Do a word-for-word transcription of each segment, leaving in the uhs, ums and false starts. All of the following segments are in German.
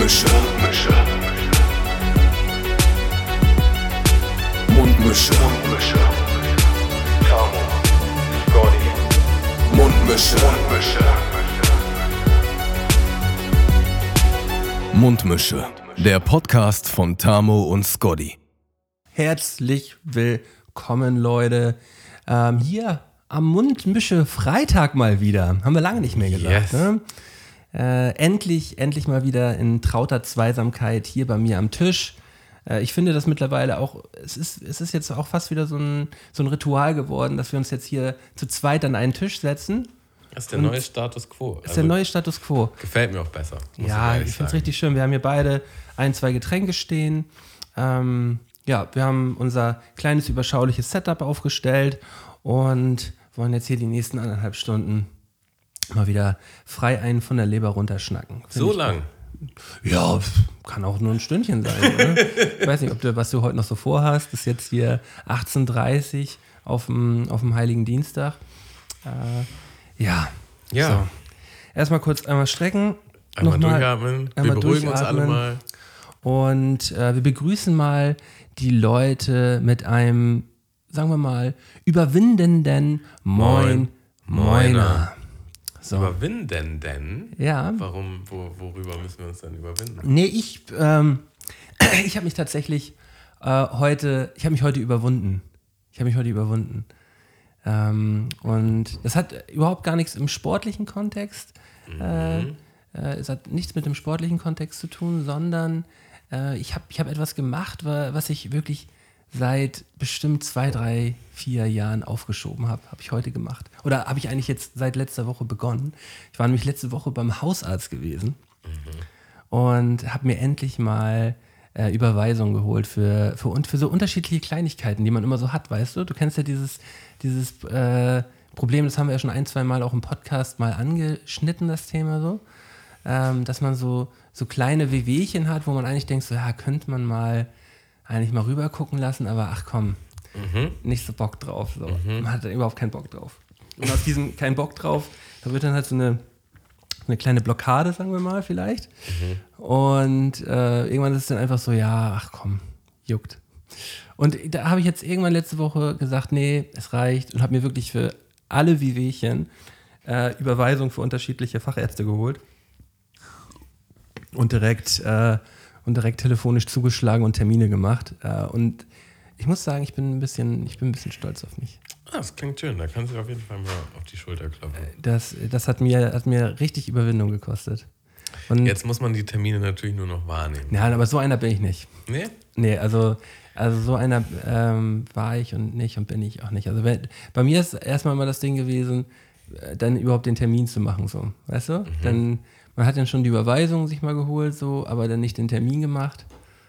Mundmische. Mundmische. Mundmische. Tamo, Scotty. Mundmische. Mundmische. Mundmische. Der Podcast von Tamo und Scotty. Herzlich willkommen, Leute. Ähm, hier am Mundmische Freitag mal wieder. Haben wir lange nicht mehr gesagt. Yes. Ne? Äh, endlich, endlich mal wieder in trauter Zweisamkeit hier bei mir am Tisch. Äh, ich finde das mittlerweile auch, es ist, es ist jetzt auch fast wieder so ein, so ein Ritual geworden, dass wir uns jetzt hier zu zweit an einen Tisch setzen. Das ist der Und neue Status Quo. Das ist der neue Status Quo. Gefällt mir auch besser. muss Ja, ehrlich ich finde es sagen. richtig schön. Wir haben hier beide ein, zwei Getränke stehen. Ähm, ja, wir haben unser kleines, überschauliches Setup aufgestellt und wollen jetzt hier die nächsten anderthalb Stunden mal wieder frei einen von der Leber runterschnacken. Find So ich lang? Ja, kann auch nur ein Stündchen sein. Oder? Ich weiß nicht, ob du, was du heute noch so vorhast. Das ist jetzt hier achtzehn Uhr dreißig auf dem, auf dem Heiligen Dienstag. Äh, ja. Ja. So. Erstmal kurz einmal strecken. Einmal Nochmal durchatmen. Wir einmal beruhigen uns alle durchatmen. mal. Und äh, wir begrüßen mal die Leute mit einem, sagen wir mal, überwindenden Moin, Moin, Moiner. Moiner. So. Überwinden denn? Ja. Warum, wo, worüber müssen wir uns dann überwinden? Nee, ich, ähm, ich habe mich tatsächlich äh, heute, ich habe mich heute überwunden. Ich habe mich heute überwunden. Ähm, und das hat überhaupt gar nichts im sportlichen Kontext. Mhm. Äh, äh, es hat nichts mit dem sportlichen Kontext zu tun, sondern äh, ich habe ich hab etwas gemacht, wa- was ich wirklich seit bestimmt zwei, drei, vier Jahren aufgeschoben habe. Habe ich heute gemacht. Oder habe ich eigentlich jetzt seit letzter Woche begonnen. Ich war nämlich letzte Woche beim Hausarzt gewesen. Und habe mir endlich mal äh, Überweisungen geholt für, für, und für so unterschiedliche Kleinigkeiten, die man immer so hat, weißt du? Du kennst ja dieses, dieses äh, Problem, das haben wir ja schon ein, zwei Mal auch im Podcast mal angeschnitten, das Thema so, ähm, dass man so, so kleine Wehwehchen hat, wo man eigentlich denkt, so ja, könnte man mal eigentlich mal rüber gucken lassen, aber ach komm, Mhm. nicht so Bock drauf. So. Man hat da überhaupt keinen Bock drauf. Und aus diesem kein Bock drauf, da wird dann halt so eine eine kleine Blockade, sagen wir mal, vielleicht. Mhm. Und äh, irgendwann ist es dann einfach so, ja, ach komm, juckt. Und da habe ich jetzt irgendwann letzte Woche gesagt, nee, es reicht. Und habe mir wirklich für alle Wehwehchen äh, Überweisung für unterschiedliche Fachärzte geholt. Und direkt, äh, und direkt telefonisch zugeschlagen und Termine gemacht. Äh, und ich muss sagen, ich bin ein bisschen, ich bin ein bisschen stolz auf mich. Ah, das klingt schön. Da kannst du auf jeden Fall mal auf die Schulter klopfen. Das, das hat mir, hat mir richtig Überwindung gekostet. Und Jetzt muss man die Termine natürlich nur noch wahrnehmen. ja, aber so einer bin ich nicht. Nee? Nee, also, also so einer ähm, war ich und nicht und bin ich auch nicht. Also wenn, bei mir ist erstmal mal das Ding gewesen, äh, dann überhaupt den Termin zu machen, so, weißt du? Mhm. Dann, man hat dann schon die Überweisung sich mal geholt, so, aber dann nicht den Termin gemacht.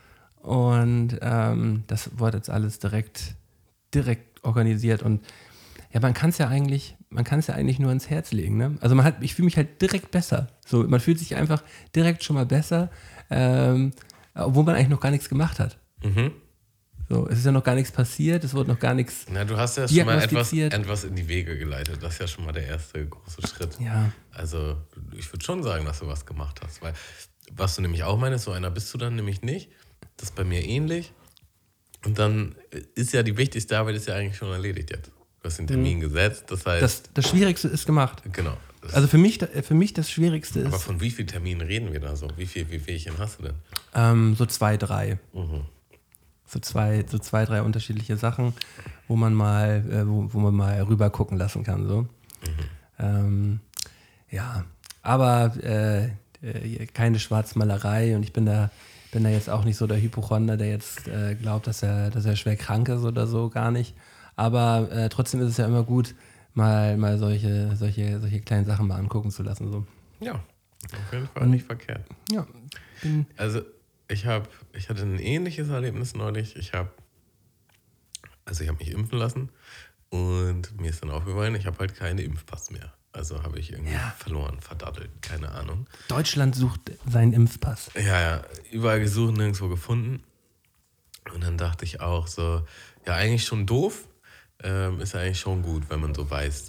Und ähm, das wurde jetzt alles direkt, direkt organisiert. Und ja, man kann es ja eigentlich, man kann es ja eigentlich nur ins Herz legen, ne? Also man hat, ich fühle mich halt direkt besser. So, man fühlt sich einfach direkt schon mal besser, ähm, obwohl man eigentlich noch gar nichts gemacht hat. Mhm. So, es ist ja noch gar nichts passiert, es wurde noch gar nichts. Na, du hast ja schon mal etwas, Diagnostiziert. etwas in die Wege geleitet. Das ist ja schon mal der erste große Schritt. Ja. Also, ich würde schon sagen, dass du was gemacht hast. Weil, was du nämlich auch meinst, so einer bist du dann nämlich nicht. Das ist bei mir ähnlich. Und dann ist ja die wichtigste Arbeit ist ja eigentlich schon erledigt jetzt. Du hast den Termin mhm. gesetzt, das heißt... Das, das Schwierigste ist gemacht. Genau. Das Also für mich, für mich das Schwierigste aber ist von wie vielen Terminen reden wir da so? Wie viel Wehwehchen hast du denn? ähm, so zwei, drei. Mhm. So zwei, so zwei, drei unterschiedliche Sachen, wo man mal, äh, wo, wo man mal rüber gucken lassen kann. So. Mhm. Ähm, ja, aber äh, äh, keine Schwarzmalerei und ich bin da, bin da jetzt auch nicht so der Hypochonder, der jetzt äh, glaubt, dass er, dass er schwer krank ist oder so, gar nicht. Aber äh, trotzdem ist es ja immer gut, mal, mal solche, solche, solche kleinen Sachen mal angucken zu lassen. So. Ja, auf jeden Fall nicht verkehrt. Ja. Bin, Also ich habe, ich hatte ein ähnliches Erlebnis neulich. Ich habe, also ich habe mich impfen lassen und mir ist dann aufgefallen, ich habe halt keine Impfpass mehr. Also habe ich irgendwie Ja. verloren, verdattelt, keine Ahnung. Deutschland sucht seinen Impfpass. Ja, ja, überall gesucht, nirgendwo gefunden. Und dann dachte ich auch so, ja, eigentlich schon doof, ähm, ist eigentlich schon gut, wenn man so weiß,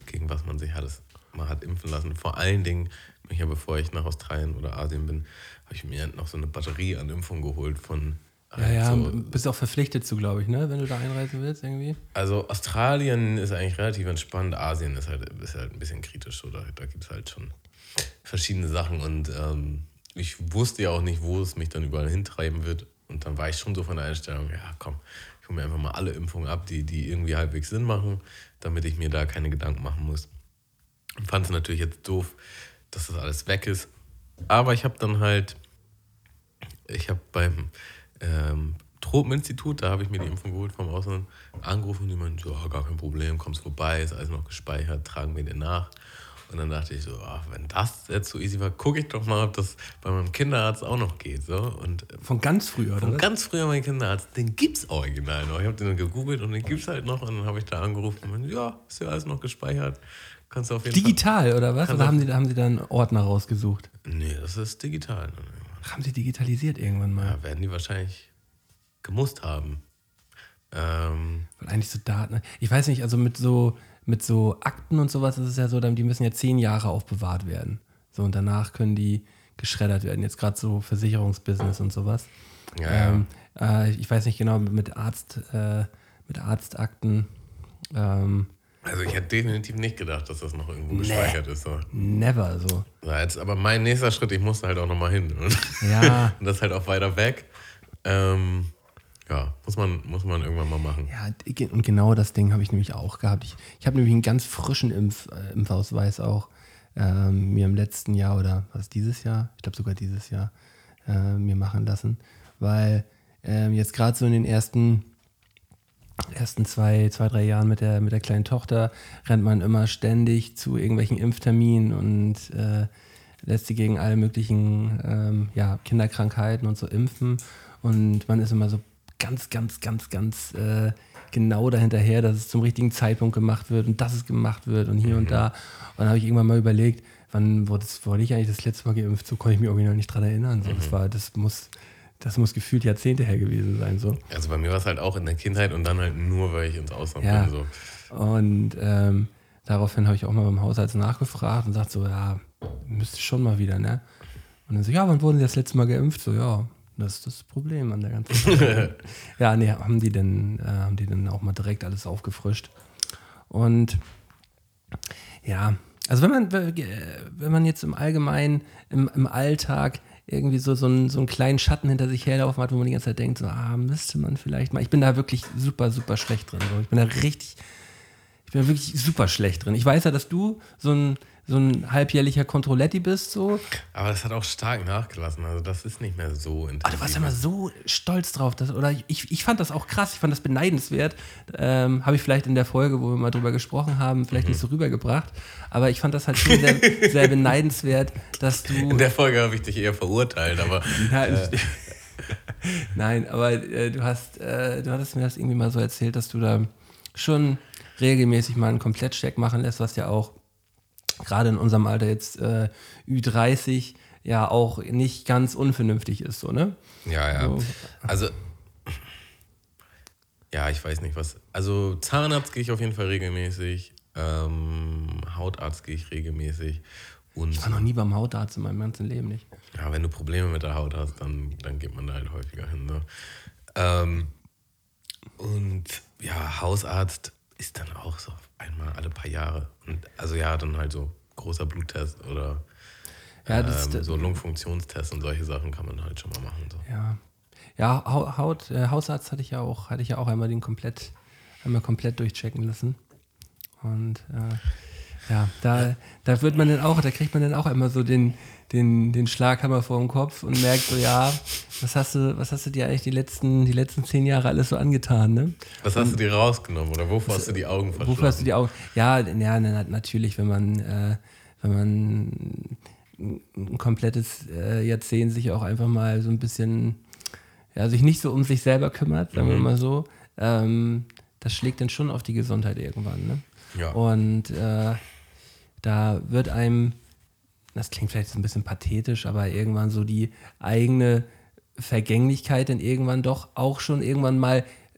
gegen was man sich alles mal hat impfen lassen. Vor allen Dingen, ja, bevor ich nach Australien oder Asien bin, habe ich mir noch so eine Batterie an Impfungen geholt von. Ja, ja, so, bist auch verpflichtet zu, glaube ich, ne? Wenn du da einreisen willst irgendwie. Also Australien ist eigentlich relativ entspannt, Asien ist halt, ist halt ein bisschen kritisch. Oder? Da gibt es halt schon verschiedene Sachen und ähm, ich wusste ja auch nicht, wo es mich dann überall hintreiben wird. Und dann war ich schon so von der Einstellung, ja komm, ich hole mir einfach mal alle Impfungen ab, die, die irgendwie halbwegs Sinn machen, damit ich mir da keine Gedanken machen muss. Und fand es natürlich jetzt doof, dass das alles weg ist. Aber ich habe dann halt, ich habe beim ähm, Tropeninstitut, da habe ich mir die Impfung geholt vom Ausland, angerufen und die meinten, ja, gar kein Problem, kommst vorbei, ist alles noch gespeichert, tragen wir dir nach. Und dann dachte ich so, ach, wenn das jetzt so easy war, gucke ich doch mal, ob das bei meinem Kinderarzt auch noch geht. So. Und, von ganz früher, oder? Von ganz früher mein Kinderarzt, den gibt's original noch. Ich habe den dann gegoogelt und den gibt's halt noch. Und dann habe ich da angerufen und meinte, ja, ist ja alles noch gespeichert. Kannst du auf jeden digital, Fall, oder was? Oder haben Sie, haben Sie da einen Ordner rausgesucht? Nee, das ist digital. Ach, haben Sie digitalisiert irgendwann mal? Ja, werden die wahrscheinlich gemusst haben. Ähm, Weil eigentlich so Daten. Ich weiß nicht, also mit so, mit so Akten und sowas ist es ja so, die müssen ja zehn Jahre aufbewahrt werden. So, und danach können die geschreddert werden. Jetzt gerade so Versicherungsbusiness und sowas. Ja, ähm, ja. Äh, ich weiß nicht genau, mit Arzt, äh, mit Arztakten. Ähm, also ich hätte definitiv nicht gedacht, dass das noch irgendwo gespeichert nee, ist. So. Never so. Ja, jetzt, aber mein nächster Schritt, ich musste halt auch nochmal hin. Ja. Und das ist halt auch weiter weg. Ähm, ja, muss man, muss man irgendwann mal machen. Ja, und genau das Ding habe ich nämlich auch gehabt. Ich, ich habe nämlich einen ganz frischen Impf, äh, Impfausweis auch ähm, mir im letzten Jahr oder was dieses Jahr, ich glaube sogar dieses Jahr, äh, mir machen lassen. Weil ähm, jetzt gerade so in den ersten ersten zwei, zwei, drei Jahren mit der, mit der kleinen Tochter rennt man immer ständig zu irgendwelchen Impfterminen und äh, lässt sie gegen alle möglichen ähm, ja, Kinderkrankheiten und so impfen. Und man ist immer so ganz, ganz, ganz, ganz äh, genau dahinterher, dass es zum richtigen Zeitpunkt gemacht wird und dass es gemacht wird und hier mhm. und da. Und dann habe ich irgendwann mal überlegt, wann wurde, das, wurde ich eigentlich das letzte Mal geimpft? So konnte ich mich original nicht dran erinnern. So, mhm. das, war, das muss... Das muss gefühlt Jahrzehnte her gewesen sein. So. Also bei mir war es halt auch in der Kindheit und dann halt nur, weil ich ins Ausland ja. bin. So. Und ähm, daraufhin habe ich auch mal beim Hausarzt nachgefragt und sagt so, ja, müsste schon mal wieder, ne? Und dann so, ja, wann wurden Sie das letzte Mal geimpft? So, ja, das ist das Problem an der ganzen Sache. Ja, nee, haben die denn, äh, haben die denn auch mal direkt alles aufgefrischt. Und ja, also wenn man, wenn man jetzt im Allgemeinen, im, im Alltag irgendwie so, so, einen, so einen kleinen Schatten hinter sich herlaufen hat, wo man die ganze Zeit denkt, so, ah, müsste man vielleicht mal. Ich bin da wirklich super, super schlecht drin. So. Ich bin da richtig, ich bin da wirklich super schlecht drin. Ich weiß ja, dass du so ein, so ein halbjährlicher Controletti bist, so. Aber das hat auch stark nachgelassen. Also das ist nicht mehr so intensiv. Aber du warst ja mal so stolz drauf. Dass, oder ich, ich fand das auch krass, ich fand das beneidenswert. Ähm, habe ich vielleicht in der Folge, wo wir mal drüber gesprochen haben, vielleicht mhm. nicht so rübergebracht. Aber ich fand das halt schon sehr, sehr beneidenswert, dass du... In der Folge habe ich dich eher verurteilt, aber... Ja, äh, Nein, aber äh, du hast, äh, du hattest mir das irgendwie mal so erzählt, dass du da schon regelmäßig mal einen Komplettcheck machen lässt, was ja auch gerade in unserem Alter jetzt äh, Ü dreißig ja auch nicht ganz unvernünftig ist, so, ne? Ja, ja. So. Also, ja, ich weiß nicht was. Also Zahnarzt gehe ich auf jeden Fall regelmäßig, ähm, Hautarzt gehe ich regelmäßig. Und ich war noch nie beim Hautarzt in meinem ganzen Leben nicht. Ja, wenn du Probleme mit der Haut hast, dann, dann geht man da halt häufiger hin. Ne? Ähm, und ja, Hausarzt ist dann auch so einmal alle paar Jahre. Und also ja, dann halt so großer Bluttest oder ja, das ähm, ist, so Lungenfunktionstests und solche Sachen kann man halt schon mal machen. So. Ja, ja Haut, äh, Hausarzt hatte ich ja auch, hatte ich ja auch einmal den komplett, einmal komplett durchchecken lassen. Und äh, ja, da, da wird man dann auch, da kriegt man dann auch immer so den, den, den Schlaghammer vor dem Kopf und merkt so, ja, was hast du, was hast du dir eigentlich die letzten, die letzten zehn Jahre alles so angetan, ne? Was hast und, du dir rausgenommen oder wovor hast du die Augen verschlossen? Wovor hast du die Augen? Ja, ja, natürlich, wenn man, äh, wenn man ein komplettes äh, Jahrzehnt sich auch einfach mal so ein bisschen, ja, sich nicht so um sich selber kümmert, sagen mhm. wir mal so, ähm, das schlägt dann schon auf die Gesundheit irgendwann, ne? Ja. Und äh, da wird einem, das klingt vielleicht so ein bisschen pathetisch, aber irgendwann so die eigene Vergänglichkeit dann irgendwann doch auch schon irgendwann mal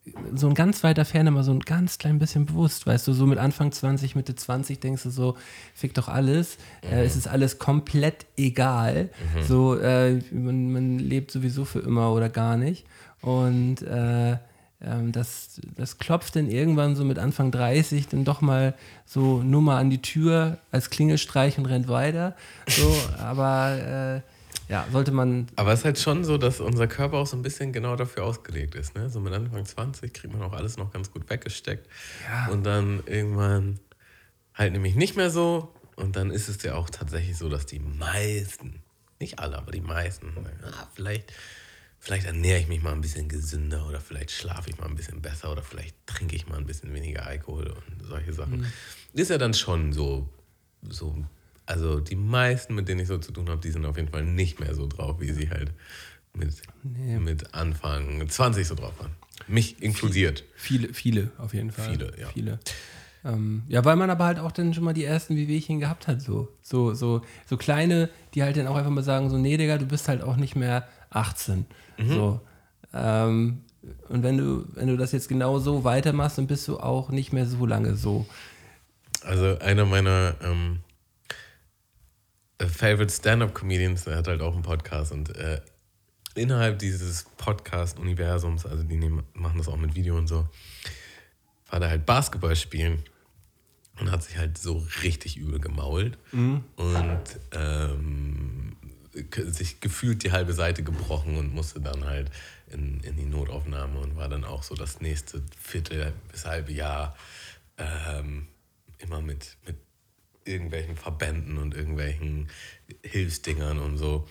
so ein ganz weiter Ferne mal so ein ganz klein bisschen bewusst, weißt du, so mit Anfang zwanzig, Mitte zwanzig denkst du so, fick doch alles, mhm. äh, es ist alles komplett egal, mhm. so, äh, man, man lebt sowieso für immer oder gar nicht und äh, ähm, das, das klopft dann irgendwann so mit Anfang dreißig dann doch mal so Nummer an die Tür als Klingelstreich und rennt weiter, so, aber äh, ja, sollte man... Aber es ist halt schon so, dass unser Körper auch so ein bisschen genau dafür ausgelegt ist. Ne? So mit Anfang zwanzig kriegt man auch alles noch ganz gut weggesteckt. Ja. Und dann irgendwann halt nämlich nicht mehr so. Und dann ist es ja auch tatsächlich so, dass die meisten, nicht alle, aber die meisten, ah, vielleicht, vielleicht ernähre ich mich mal ein bisschen gesünder oder vielleicht schlafe ich mal ein bisschen besser oder vielleicht trinke ich mal ein bisschen weniger Alkohol und solche Sachen. Mhm. Ist ja dann schon so, so also die meisten, mit denen ich so zu tun habe, die sind auf jeden Fall nicht mehr so drauf, wie sie halt mit, nee. mit Anfang zwanzig so drauf waren. Mich inkludiert. Viele, viele auf jeden Fall. Viele, ja. Viele. Ähm, ja, weil man aber halt auch dann schon mal die ersten Wehwehchen gehabt hat, so. So, so, so kleine, die halt dann auch einfach mal sagen, so, nee, Digga, du bist halt auch nicht mehr achtzehn. Mhm. So. Ähm, und wenn du, wenn du das jetzt genau so weitermachst, dann bist du auch nicht mehr so lange so. Also einer meiner ähm Favorite Stand-Up-Comedians, der hat halt auch einen Podcast und äh, innerhalb dieses Podcast-Universums, also die nehmen, machen das auch mit Video und so, war der halt Basketball spielen und hat sich halt so richtig übel gemault mhm. und ähm, sich gefühlt die halbe Seite gebrochen und musste dann halt in, in die Notaufnahme und war dann auch so das nächste Viertel bis halbe Jahr ähm, immer mit, mit irgendwelchen Verbänden und irgendwelchen Hilfsdingern und so.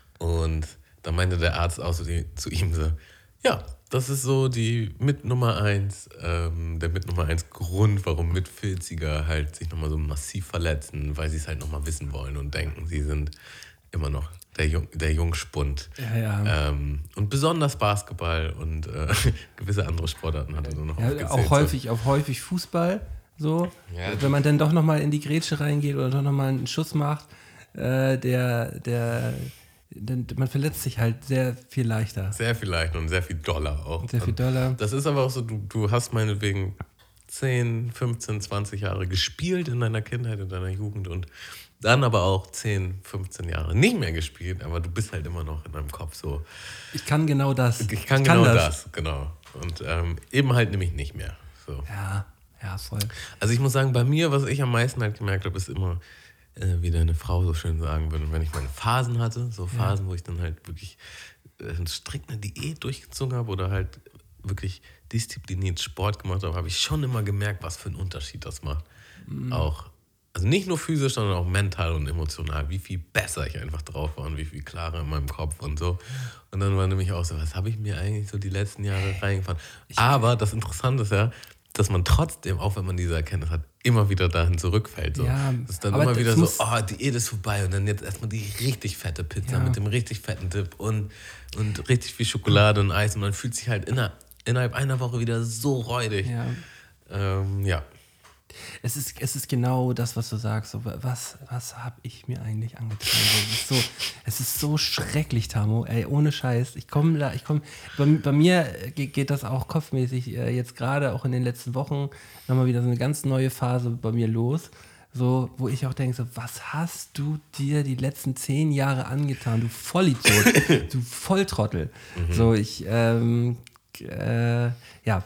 Und da meinte der Arzt auch so die, zu ihm so, ja, das ist so die mit Nummer eins, ähm, der mit Nummer eins Grund, warum Mitvierziger halt sich nochmal so massiv verletzen, weil sie es halt nochmal wissen wollen und denken, sie sind immer noch der, Jung, der Jungspund. Ja, ja. Ähm, und besonders Basketball und äh, gewisse andere Sportarten hat er so noch ja, aufgezählt. Auch häufig, auch häufig Fußball. So, ja, wenn man dann doch nochmal in die Grätsche reingeht oder doch nochmal einen Schuss macht, äh, der, der, der, man verletzt sich halt sehr viel leichter. Sehr viel leichter und sehr viel doller auch. Sehr viel doller. Das ist aber auch so, du, du hast meinetwegen zehn, fünfzehn, zwanzig Jahre gespielt in deiner Kindheit, in deiner Jugend und dann aber auch zehn, fünfzehn Jahre nicht mehr gespielt, aber du bist halt immer noch in deinem Kopf so. Ich kann genau das. Ich kann, ich kann genau das. das, genau. Und ähm, eben halt nämlich nicht mehr. So. Ja. Ja, voll. Also ich muss sagen, bei mir, was ich am meisten halt gemerkt habe, ist immer, äh, wie deine Frau so schön sagen würde, wenn ich meine Phasen hatte, so Phasen, ja. wo ich dann halt wirklich äh, strikt eine Diät durchgezogen habe oder halt wirklich diszipliniert Sport gemacht habe, habe ich schon immer gemerkt, was für einen Unterschied das macht. Mhm. Auch, also nicht nur physisch, sondern auch mental und emotional, wie viel besser ich einfach drauf war und wie viel klarer in meinem Kopf und so. Und dann war nämlich auch so, was habe ich mir eigentlich so die letzten Jahre reingefahren? Aber das Interessante ist ja, dass man trotzdem, auch wenn man diese Erkenntnis hat, immer wieder dahin zurückfällt. So. Ja, das ist dann immer wieder so, oh, Diät ist vorbei und dann jetzt erstmal die richtig fette Pizza ja. mit dem richtig fetten Dip und, und richtig viel Schokolade und Eis und man fühlt sich halt inner, innerhalb einer Woche wieder so räudig. Ja. Ähm, ja. Es ist, es ist genau das, was du sagst. So, was was habe ich mir eigentlich angetan? Es ist so, es ist so schrecklich, Tamo. Ey, ohne Scheiß. Ich komme da, ich komme. Bei, bei mir geht, geht das auch kopfmäßig äh, jetzt gerade auch in den letzten Wochen nochmal wieder so eine ganz neue Phase bei mir los. So, wo ich auch denke, so, was hast du dir die letzten zehn Jahre angetan? Du Vollidiot, du Volltrottel. Mhm. So, ich, ähm, äh, ja.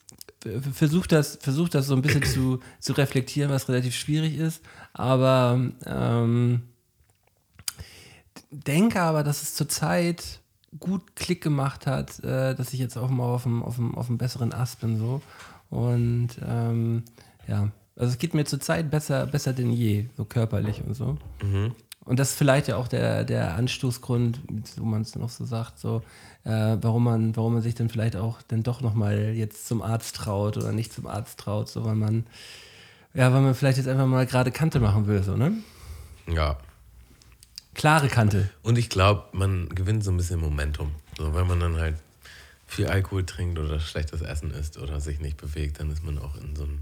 Versuch das, versuch das so ein bisschen zu, zu reflektieren, was relativ schwierig ist, aber ähm, denke aber, dass es zurzeit gut Klick gemacht hat, äh, dass ich jetzt auch mal auf einem, auf einem, auf einem besseren Ast bin so und ähm, ja, also es geht mir zurzeit besser, besser denn je, so körperlich und so. Mhm. Und das ist vielleicht ja auch der, der Anstoßgrund, wo man es noch so sagt, so, äh, warum man, warum man sich dann vielleicht auch dann doch nochmal jetzt zum Arzt traut oder nicht zum Arzt traut, so, weil man, ja, weil man vielleicht jetzt einfach mal gerade Kante machen will, so, ne? Ja. Klare Kante. Und ich glaube, man gewinnt so ein bisschen Momentum. So, wenn man dann halt viel Alkohol trinkt oder schlechtes Essen isst oder sich nicht bewegt, dann ist man auch in so einem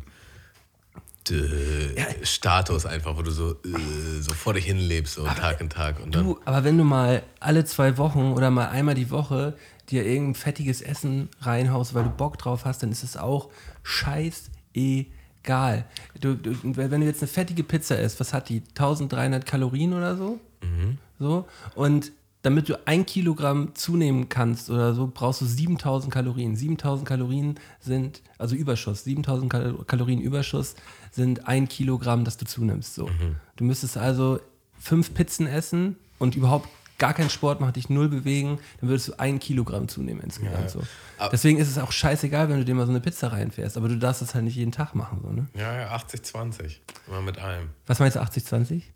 Ja. Status einfach, wo du so, äh, so vor dich hinlebst, so aber Tag in Tag. Und dann du, aber wenn du mal alle zwei Wochen oder mal einmal die Woche dir irgendein fettiges Essen reinhaust, weil du Bock drauf hast, dann ist es auch scheißegal. Du, du, wenn du jetzt eine fettige Pizza isst, was hat die? dreizehnhundert Kalorien oder so? Mhm. So. Und damit du ein Kilogramm zunehmen kannst oder so, brauchst du siebentausend Kalorien. siebentausend Kalorien sind, also Überschuss, siebentausend Kal- Kalorien Überschuss sind ein Kilogramm, das du zunimmst. So. Mhm. Du müsstest also fünf Pizzen essen und überhaupt gar keinen Sport, mach dich null bewegen, dann würdest du ein Kilogramm zunehmen insgesamt. Ja. So. Aber- Deswegen ist es auch scheißegal, wenn du dir mal so eine Pizza reinfährst, aber du darfst es halt nicht jeden Tag machen. So, ne? Ja, ja, achtzig zwanzig. Immer mit allem. Was meinst du, achtzig zwanzig?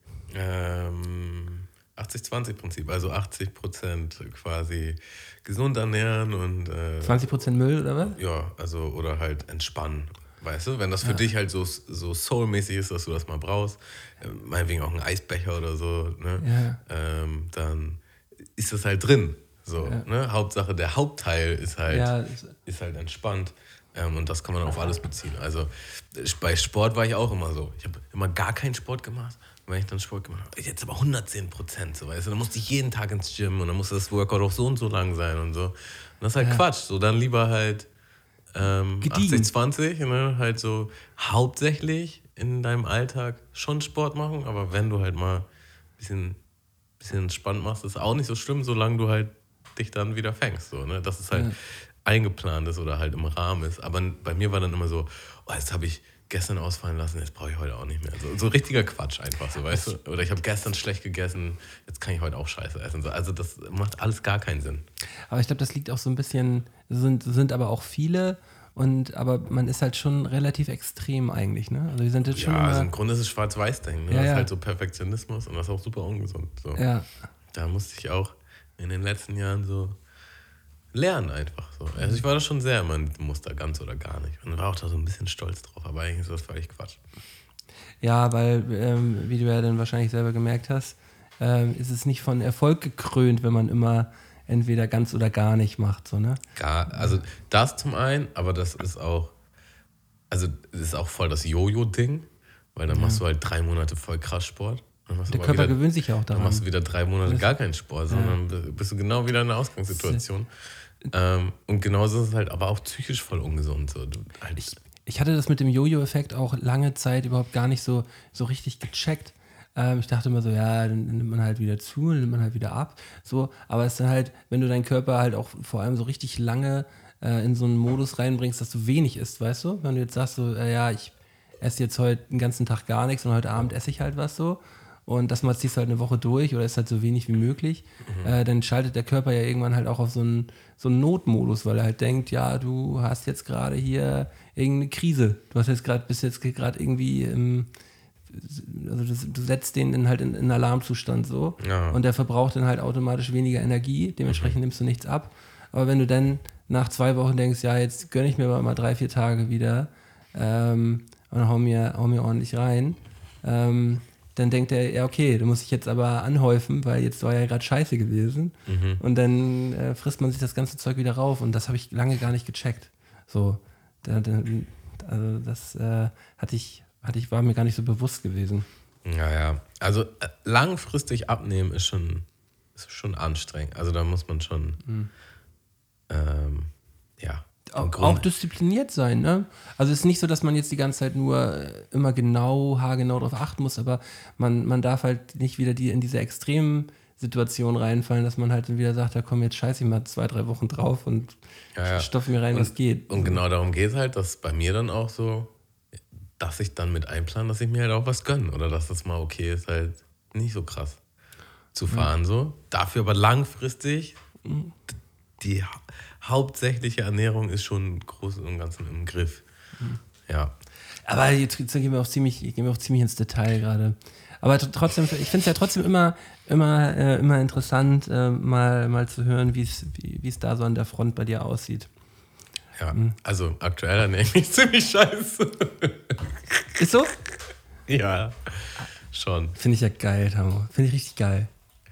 Ähm, achtzig zwanzig Prinzip, also achtzig Prozent quasi gesund ernähren und äh, zwanzig Prozent Müll oder was? ja, also oder halt entspannen. Weißt du, wenn das für ja. dich halt so, so soulmäßig ist, dass du das mal brauchst, äh, meinetwegen auch ein Eisbecher oder so, ne? Ja. ähm, dann ist das halt drin. So, Ja. ne? Hauptsache, der Hauptteil ist halt, Ja. ist halt entspannt. Ähm, und das kann man auf alles beziehen. Also bei Sport war ich auch immer so. Ich habe immer gar keinen Sport gemacht. Und wenn ich dann Sport gemacht habe, jetzt aber hundertzehn Prozent. So, weißt du? Dann musste ich jeden Tag ins Gym und dann musste das Workout auch so und so lang sein und so. Und das ist halt Ja. Quatsch. So, dann lieber halt ähm, Gediegen. achtzig zwanzig, ne? Halt so hauptsächlich in deinem Alltag schon Sport machen. Aber wenn du halt mal ein bisschen, bisschen entspannt machst, ist auch nicht so schlimm, solange du halt dich dann wieder fängst. So, ne? Das ist halt... Ja. eingeplant ist oder halt im Rahmen ist. Aber bei mir war dann immer so, oh, jetzt habe ich gestern ausfallen lassen, jetzt brauche ich heute auch nicht mehr. So, so richtiger Quatsch einfach, so, weißt du? Oder ich habe gestern schlecht gegessen, jetzt kann ich heute auch Scheiße essen. So, also das macht alles gar keinen Sinn. Aber ich glaube, das liegt auch so ein bisschen, sind, sind aber auch viele, und aber man ist halt schon relativ extrem eigentlich, ne? Also wir sind jetzt schon ja, immer, also im Grunde ist es Schwarz-Weiß-Denken, ne? Ja, Das ja. ist halt so Perfektionismus und das ist auch super ungesund. So. Ja. Da musste ich auch in den letzten Jahren so lernen einfach so. Also ich war da schon sehr immer in diesem Muster, ganz oder gar nicht. Und war auch da so ein bisschen stolz drauf, aber eigentlich ist das völlig Quatsch. Ja, weil, ähm, wie du ja dann wahrscheinlich selber gemerkt hast, ähm, ist es nicht von Erfolg gekrönt, wenn man immer entweder ganz oder gar nicht macht, so, ne? Gar, also das zum einen, aber das ist auch, also das ist auch voll das Jojo-Ding, weil dann ja. machst du halt drei Monate voll krass Sport. Dann machst Der du Körper wieder, gewöhnt sich ja auch daran. Dann machst du wieder drei Monate das gar keinen Sport, sondern ja. bist du genau wieder in der Ausgangssituation. Ähm, und genauso ist es halt aber auch psychisch voll ungesund. So. Du, halt ich, ich hatte das mit dem Jojo-Effekt auch lange Zeit überhaupt gar nicht so, so richtig gecheckt. Ähm, ich dachte immer so, ja, dann nimmt man halt wieder zu, dann nimmt man halt wieder ab. So, aber es ist dann halt, wenn du deinen Körper halt auch vor allem so richtig lange äh, in so einen Modus reinbringst, dass du wenig isst, weißt du? Wenn du jetzt sagst so, äh, ja, ich esse jetzt heute den ganzen Tag gar nichts und heute Abend esse ich halt was so. Und das mal ziehst du halt eine Woche durch oder ist halt so wenig wie möglich, mhm. äh, dann schaltet der Körper ja irgendwann halt auch auf so einen, so einen Notmodus, weil er halt denkt, ja, du hast jetzt gerade hier irgendeine Krise. Du hast jetzt gerade, bist jetzt gerade irgendwie im, also das, du setzt den in halt in, in Alarmzustand so Ja. und der verbraucht dann halt automatisch weniger Energie, dementsprechend mhm. nimmst du nichts ab. Aber wenn du dann nach zwei Wochen denkst, ja, jetzt gönne ich mir aber mal drei, vier Tage wieder ähm, und hau mir, hau mir ordentlich rein, ähm, dann denkt er, ja okay, du musst dich jetzt aber anhäufen, weil jetzt war ja gerade scheiße gewesen. Mhm. Und dann äh, frisst man sich das ganze Zeug wieder rauf und das habe ich lange gar nicht gecheckt. So, da, da, also das äh, hatte ich, hatte ich, war mir gar nicht so bewusst gewesen. Ja, ja. Also äh, langfristig abnehmen ist schon, ist schon anstrengend. Also da muss man schon, mhm. ähm, ja. Auch, auch diszipliniert sein, ne? Also es ist nicht so, dass man jetzt die ganze Zeit nur immer genau, haargenau darauf achten muss, aber man, man darf halt nicht wieder die in diese extremen Situationen reinfallen, dass man halt dann wieder sagt, da komm, jetzt scheiße ich mal zwei, drei Wochen drauf und ja, ja. stopf mir rein, und, was geht. Und genau darum geht es halt, dass bei mir dann auch so, dass ich dann mit einplane, dass ich mir halt auch was gönne oder dass das mal okay ist, halt nicht so krass zu fahren, mhm. so. Dafür aber langfristig mhm. die hauptsächliche Ernährung ist schon im Großen und Ganzen im Griff. Mhm. Ja. Aber jetzt, jetzt gehen wir auch ziemlich, gehen wir auch ziemlich ins Detail gerade. Aber trotzdem, ich finde es ja trotzdem immer, immer, äh, immer interessant, äh, mal, mal zu hören, wie es da so an der Front bei dir aussieht. Ja, mhm. also aktuell ernähre ich mich ziemlich scheiße. Ist so? Ja, schon. Finde ich ja geil, Tamo. Finde ich richtig geil.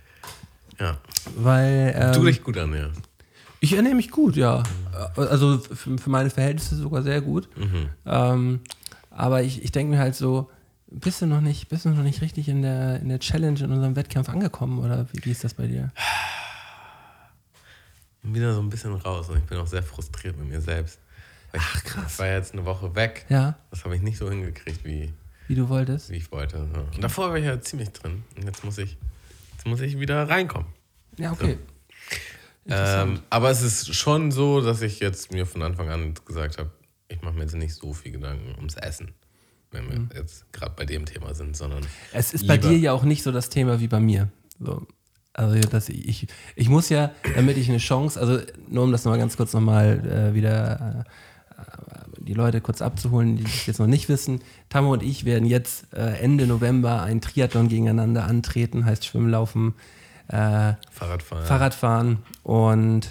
Ja. Weil, ähm, du dich gut ernährst. Ich ernähre mich gut, ja. Also für, für meine Verhältnisse sogar sehr gut. Mhm. Ähm, aber ich, ich denke mir halt so, bist du noch nicht, bist du noch nicht richtig in der, in der Challenge, in unserem Wettkampf angekommen? Oder wie, wie ist das bei dir? wieder so ein bisschen raus und ich bin auch sehr frustriert mit mir selbst. Weil Ach, ich, krass. Ich war jetzt eine Woche weg. Ja. Das habe ich nicht so hingekriegt, wie, Wie du wolltest? wie ich wollte. Ja. Und davor war ich ja ziemlich drin. Und jetzt muss ich, jetzt muss ich wieder reinkommen. Ja, okay. Ähm, aber es ist schon so, dass ich jetzt mir von Anfang an gesagt habe, ich mache mir jetzt nicht so viel Gedanken ums Essen, wenn wir mhm. jetzt gerade bei dem Thema sind, sondern es ist lieber bei dir ja auch nicht so das Thema wie bei mir. So. Also dass ich, ich muss ja, damit ich eine Chance, also nur um das nochmal ganz kurz nochmal äh, wieder äh, die Leute kurz abzuholen, die das jetzt noch nicht wissen. Tammo und ich werden jetzt äh, Ende November ein Triathlon gegeneinander antreten, heißt Schwimmen, Laufen, äh, Fahrradfahren. Fahrradfahren und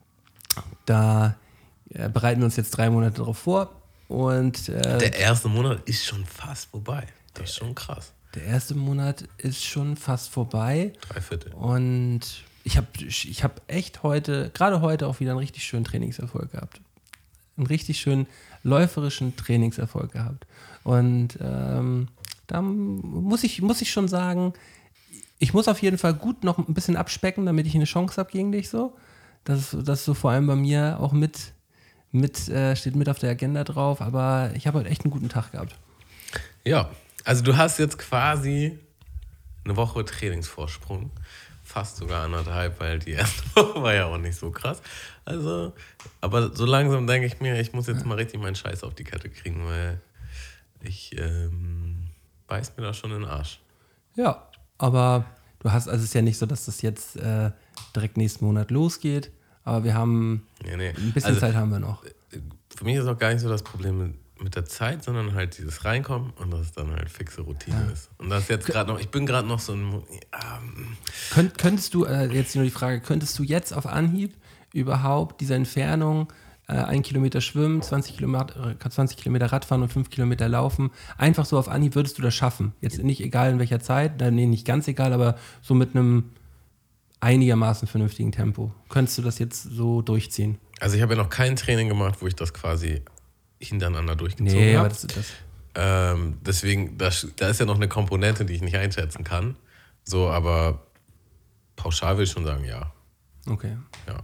da äh, bereiten wir uns jetzt drei Monate darauf vor und äh, der erste Monat ist schon fast vorbei. Das ist schon krass. Der erste Monat ist schon fast vorbei. Drei Viertel. Und ich habe ich hab echt heute, gerade heute auch wieder einen richtig schönen Trainingserfolg gehabt. Einen richtig schönen läuferischen Trainingserfolg gehabt. Und ähm, da muss ich, muss ich schon sagen, ich muss auf jeden Fall gut noch ein bisschen abspecken, damit ich eine Chance habe gegen dich so. Das ist, das ist so vor allem bei mir auch mit, mit äh, steht mit auf der Agenda drauf. Aber ich habe heute echt einen guten Tag gehabt. Ja. Also du hast jetzt quasi eine Woche Trainingsvorsprung, fast sogar anderthalb, weil die erste Woche war ja auch nicht so krass. Also, aber so langsam denke ich mir, ich muss jetzt mal richtig meinen Scheiß auf die Kette kriegen, weil ich ähm, beiß mir da schon in den Arsch. Ja, aber du hast, also es ist ja nicht so, dass das jetzt äh, direkt nächsten Monat losgeht, aber wir haben, nee, nee. ein bisschen also, Zeit haben wir noch. Für mich ist auch gar nicht so das Problem mit mit der Zeit, sondern halt dieses Reinkommen und dass es dann halt fixe Routine ja. ist. Und das ist jetzt gerade noch, ich bin gerade noch so ein... Ähm Könnt, könntest du, äh, jetzt nur die Frage, könntest du jetzt auf Anhieb überhaupt diese Entfernung, äh, ein Kilometer schwimmen, zwanzig Kilometer, zwanzig Kilometer Radfahren und fünf Kilometer laufen, einfach so auf Anhieb, würdest du das schaffen? Jetzt nicht egal in welcher Zeit, nee, nicht ganz egal, aber so mit einem einigermaßen vernünftigen Tempo. Könntest du das jetzt so durchziehen? Also ich habe ja noch kein Training gemacht, wo ich das quasi hintereinander durchgezogen nee, habe. Das, das. Ähm, deswegen, das, da ist ja noch eine Komponente, die ich nicht einschätzen kann. So, aber pauschal will ich schon sagen, ja. Okay. Ja.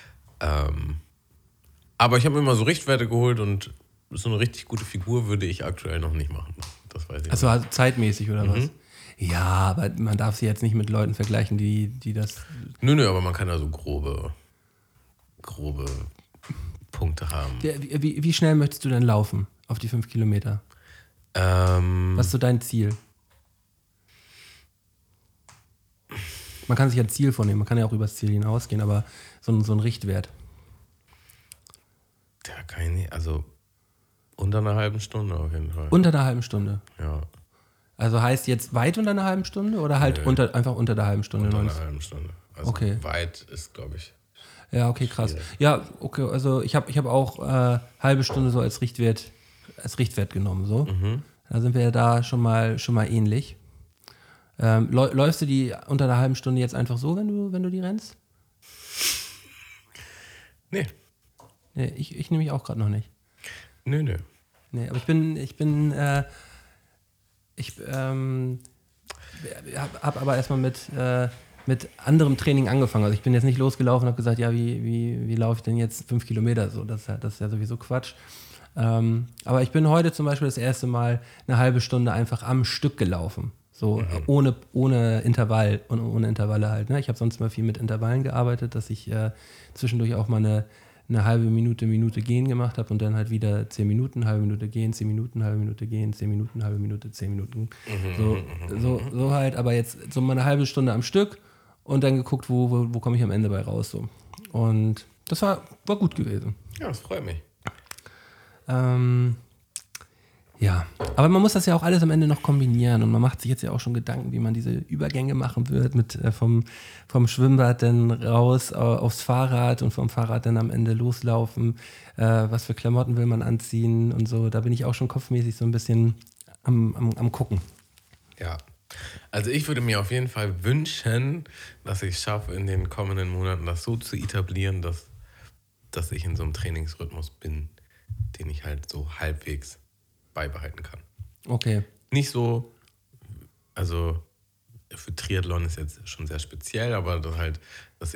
Ähm, aber ich habe mir mal so Richtwerte geholt und so eine richtig gute Figur würde ich aktuell noch nicht machen. Das weiß ich also, nicht. also zeitmäßig oder mhm. was? Ja, aber man darf sie jetzt nicht mit Leuten vergleichen, die, die das... Nö, nö, aber man kann ja so grobe, grobe Punkte haben. Der, wie, wie schnell möchtest du denn laufen auf die fünf Kilometer? Ähm, Was ist so dein Ziel? Man kann sich ja ein Ziel vornehmen, man kann ja auch übers Ziel hinausgehen, aber so ein, so ein Richtwert. Ja, keine, also unter einer halben Stunde auf jeden Fall. Unter einer halben Stunde? Ja. Also heißt jetzt weit unter einer halben Stunde oder halt unter, einfach unter der halben Stunde? Unter einer halben Stunde. Also okay. Weit ist, glaube ich... Ja, okay, krass. Ja, okay, also ich habe ich hab auch äh, halbe Stunde so als Richtwert, als Richtwert genommen. So. Mhm. Da sind wir ja da schon mal, schon mal ähnlich. Ähm, läufst du die unter einer halben Stunde jetzt einfach so, wenn du, wenn du die rennst? Nee. Nee, ich, ich nehme mich auch gerade noch nicht. Nö, nö. Nee, aber ich bin, ich bin, äh, ich ähm, hab, hab aber erstmal mit, äh, mit anderem Training angefangen. Also ich bin jetzt nicht losgelaufen und habe gesagt, ja, wie, wie, wie laufe ich denn jetzt fünf Kilometer? So, das, ist ja, das ist ja sowieso Quatsch. Ähm, aber ich bin heute zum Beispiel das erste Mal eine halbe Stunde einfach am Stück gelaufen. So mhm. ohne, ohne Intervall und ohne Intervalle halt. Ne? Ich habe sonst mal viel mit Intervallen gearbeitet, dass ich äh, zwischendurch auch mal eine, eine halbe Minute, Minute gehen gemacht habe und dann halt wieder zehn Minuten, halbe Minute gehen, zehn Minuten, halbe Minute gehen, zehn Minuten, halbe Minute, zehn Minuten. Mhm. So, so, so halt, aber jetzt so mal eine halbe Stunde am Stück und dann geguckt, wo, wo, wo komme ich am Ende bei raus. So. Und das war, war gut gewesen. Ja, das freut mich. Ähm, ja, aber man muss das ja auch alles am Ende noch kombinieren und man macht sich jetzt ja auch schon Gedanken, wie man diese Übergänge machen wird, mit äh, vom, vom Schwimmbad dann raus äh, aufs Fahrrad und vom Fahrrad dann am Ende loslaufen, äh, was für Klamotten will man anziehen und so, da bin ich auch schon kopfmäßig so ein bisschen am, am, am gucken. Ja, also ich würde mir auf jeden Fall wünschen, dass ich es schaffe, in den kommenden Monaten das so zu etablieren, dass, dass ich in so einem Trainingsrhythmus bin, den ich halt so halbwegs beibehalten kann. Okay. Nicht so, also für Triathlon ist jetzt schon sehr speziell, aber das halt, dass ich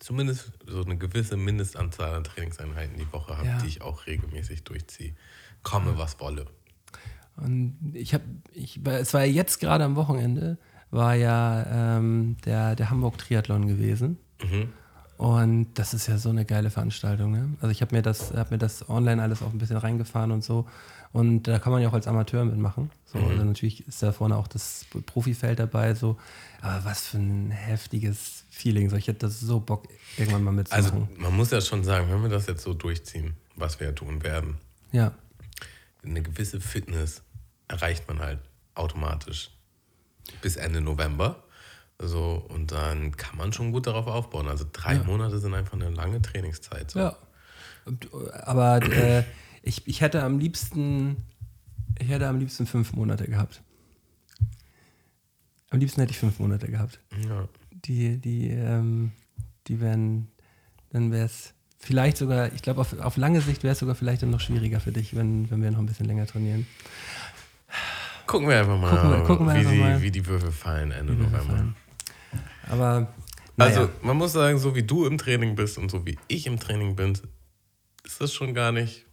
zumindest so eine gewisse Mindestanzahl an Trainingseinheiten die Woche habe, Ja. die ich auch regelmäßig durchziehe. Komme, was wolle. Und ich habe, ich, es war ja jetzt gerade am Wochenende, war ja ähm, der, der Hamburg-Triathlon gewesen. Mhm. Und das ist ja so eine geile Veranstaltung. Ne? Also ich habe mir das, habe mir das online alles auch ein bisschen reingefahren und so. Und da kann man ja auch als Amateur mitmachen. So, Mhm. also natürlich ist da vorne auch das Profifeld dabei. So. Aber was für ein heftiges Feeling. So, ich hätte das so Bock, irgendwann mal mitzumachen. Also man muss ja schon sagen, wenn wir das jetzt so durchziehen, was wir ja tun werden, ja. eine gewisse Fitness erreicht man halt automatisch bis Ende November. So, und dann kann man schon gut darauf aufbauen. Also drei Ja. Monate sind einfach eine lange Trainingszeit. So. Ja. Und, aber äh, ich, ich hätte am liebsten, ich hätte am liebsten fünf Monate gehabt. Am liebsten hätte ich fünf Monate gehabt. Ja. Die, die, ähm, die wären, dann wäre es vielleicht sogar, ich glaube, auf, auf lange Sicht wäre es sogar vielleicht dann noch schwieriger für dich, wenn, wenn wir noch ein bisschen länger trainieren. Gucken wir einfach mal, Gucken wir- gucken wir wie, einfach die, mal. wie die Würfel fallen Ende Wie wir November. fallen. Aber, naja. Also man muss sagen, so wie du im Training bist und so wie ich im Training bin, ist das schon gar nicht...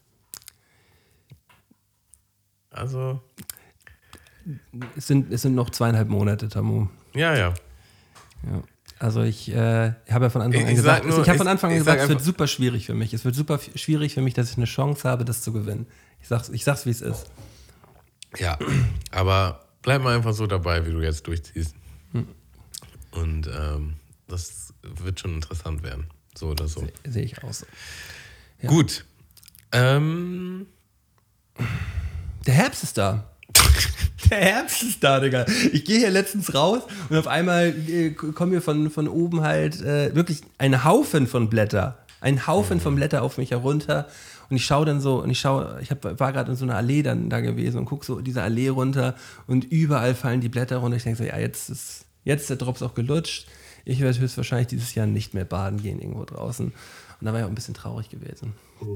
Also, es sind, es sind noch zweieinhalb Monate, Tamu. ja, ja. Ja. Also ich äh, habe ja von Anfang Ich- an ich gesagt, sag nur, ich habe von ich- Anfang an ich gesagt, sag es wird einfach- super schwierig für mich. Es wird super f- schwierig für mich, dass ich eine Chance habe, das zu gewinnen. Ich sag's, ich sag's, wie es ist. Ja, aber bleib mal einfach so dabei, wie du jetzt durchziehst. Hm. Und ähm, das wird schon interessant werden. So oder so. Se- Sehe ich aus. Ja. Gut. Ähm, Der Herbst ist da. Der Herbst ist da, Digga. Ich gehe hier letztens raus und auf einmal äh, kommen mir von, von oben halt äh, wirklich ein Haufen von Blätter. Ein Haufen von Blätter auf mich herunter. Und ich schaue dann so, und ich schaue, ich hab, war gerade in so einer Allee dann da gewesen und gucke so diese Allee runter und überall fallen die Blätter runter. Ich denke so, ja, jetzt ist, jetzt ist der Drops auch gelutscht. Ich werde höchstwahrscheinlich dieses Jahr nicht mehr baden gehen irgendwo draußen. Und da war ich auch ein bisschen traurig gewesen.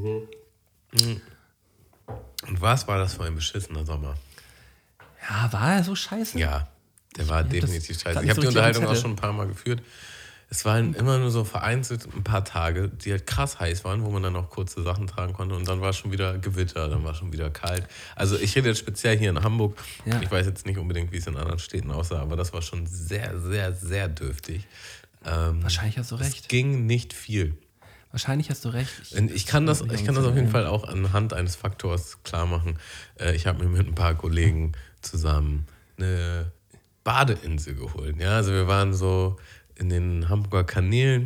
und was war das für ein beschissener Sommer? Ja, war er so scheiße? Ja, der war hab das definitiv grad scheiße. nicht Ich habe so die richtig auf dem Unterhaltung auch Zettel. schon ein paar Mal geführt. Es waren immer nur so vereinzelt ein paar Tage, die halt krass heiß waren, wo man dann auch kurze Sachen tragen konnte. Und dann war schon wieder Gewitter, dann war schon wieder kalt. Also ich rede jetzt speziell hier in Hamburg. Ja. Ich weiß jetzt nicht unbedingt, wie es in anderen Städten aussah, aber das war schon sehr, sehr, sehr dürftig. Ähm, Wahrscheinlich hast du es recht. ging nicht viel. Wahrscheinlich hast du recht. Und ich kann das, ich kann das auf jeden Fall auch anhand eines Faktors klar machen. Äh, Ich habe mir mit ein paar Kollegen zusammen eine Badeinsel geholt. Ja, also wir waren so in den Hamburger Kanälen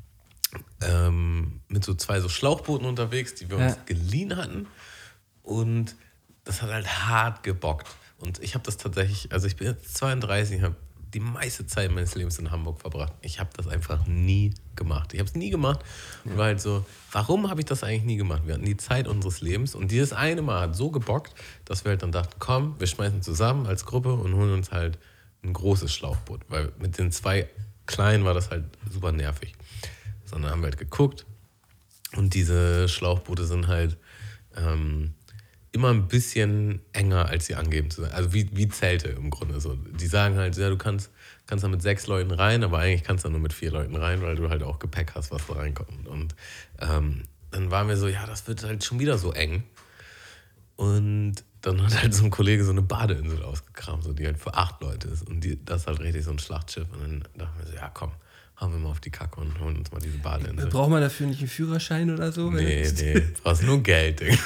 ähm, mit so zwei so Schlauchbooten unterwegs, die wir uns Ja. geliehen hatten. Und das hat halt hart gebockt. Und ich habe das tatsächlich, also ich bin jetzt zweiunddreißig, ich habe die meiste Zeit meines Lebens in Hamburg verbracht. Ich habe das einfach nie gemacht. Ich habe es nie gemacht und war halt so, warum habe ich das eigentlich nie gemacht? Wir hatten die Zeit unseres Lebens und dieses eine Mal hat so gebockt, dass wir halt dann dachten, komm, wir schmeißen zusammen als Gruppe und holen uns halt ein großes Schlauchboot, weil mit den zwei kleinen war das halt super nervig. Sondern haben wir halt geguckt und diese Schlauchboote sind halt ähm, immer ein bisschen enger, als sie angeben zu sein. Also wie, wie Zelte im Grunde. So. Die sagen halt, ja, du kannst, kannst da mit sechs Leuten rein, aber eigentlich kannst du da nur mit vier Leuten rein, weil du halt auch Gepäck hast, was da reinkommt. Und ähm, dann waren wir so, ja, das wird halt schon wieder so eng. Und dann hat halt so ein Kollege so eine Badeinsel ausgekramt, so, die halt für acht Leute ist. Und die, das ist halt richtig so ein Schlachtschiff. Und dann dachten wir so, ja komm, hauen wir mal auf die Kacke und holen uns mal diese Badeinsel. Braucht man dafür nicht einen Führerschein oder so? Nee, nee, brauchst nur Geld, Digga.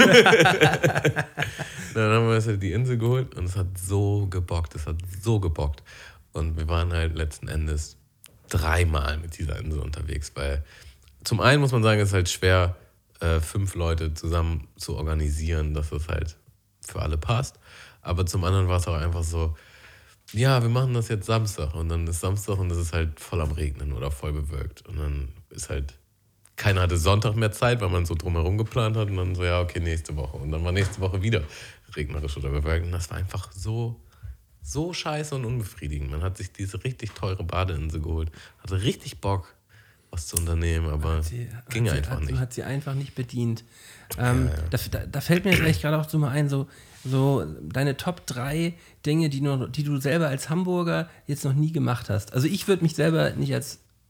Dann haben wir uns halt die Insel geholt und es hat so gebockt, es hat so gebockt. Und wir waren halt letzten Endes dreimal mit dieser Insel unterwegs, weil zum einen muss man sagen, es ist halt schwer, äh, fünf Leute zusammen zu organisieren, dass das halt für alle passt. Aber zum anderen war es auch einfach so, ja, wir machen das jetzt Samstag und dann ist Samstag und es ist halt voll am Regnen oder voll bewölkt. Und dann ist halt, keiner hatte Sonntag mehr Zeit, weil man so drumherum geplant hat und dann so, ja, okay, nächste Woche. Und dann war nächste Woche wieder regnerisch oder bewölkt und das war einfach so, so scheiße und unbefriedigend. Man hat sich diese richtig teure Badeinsel geholt, hatte richtig Bock, was zu unternehmen, aber Sie, ging hat einfach sie, nicht. Hat sie einfach nicht bedient. Ähm, Ja, ja. Da, da, da fällt mir vielleicht gerade auch so mal ein, so, so deine Top drei Dinge, die, nur, die du selber als Hamburger jetzt noch nie gemacht hast. Also ich würde mich selber nicht als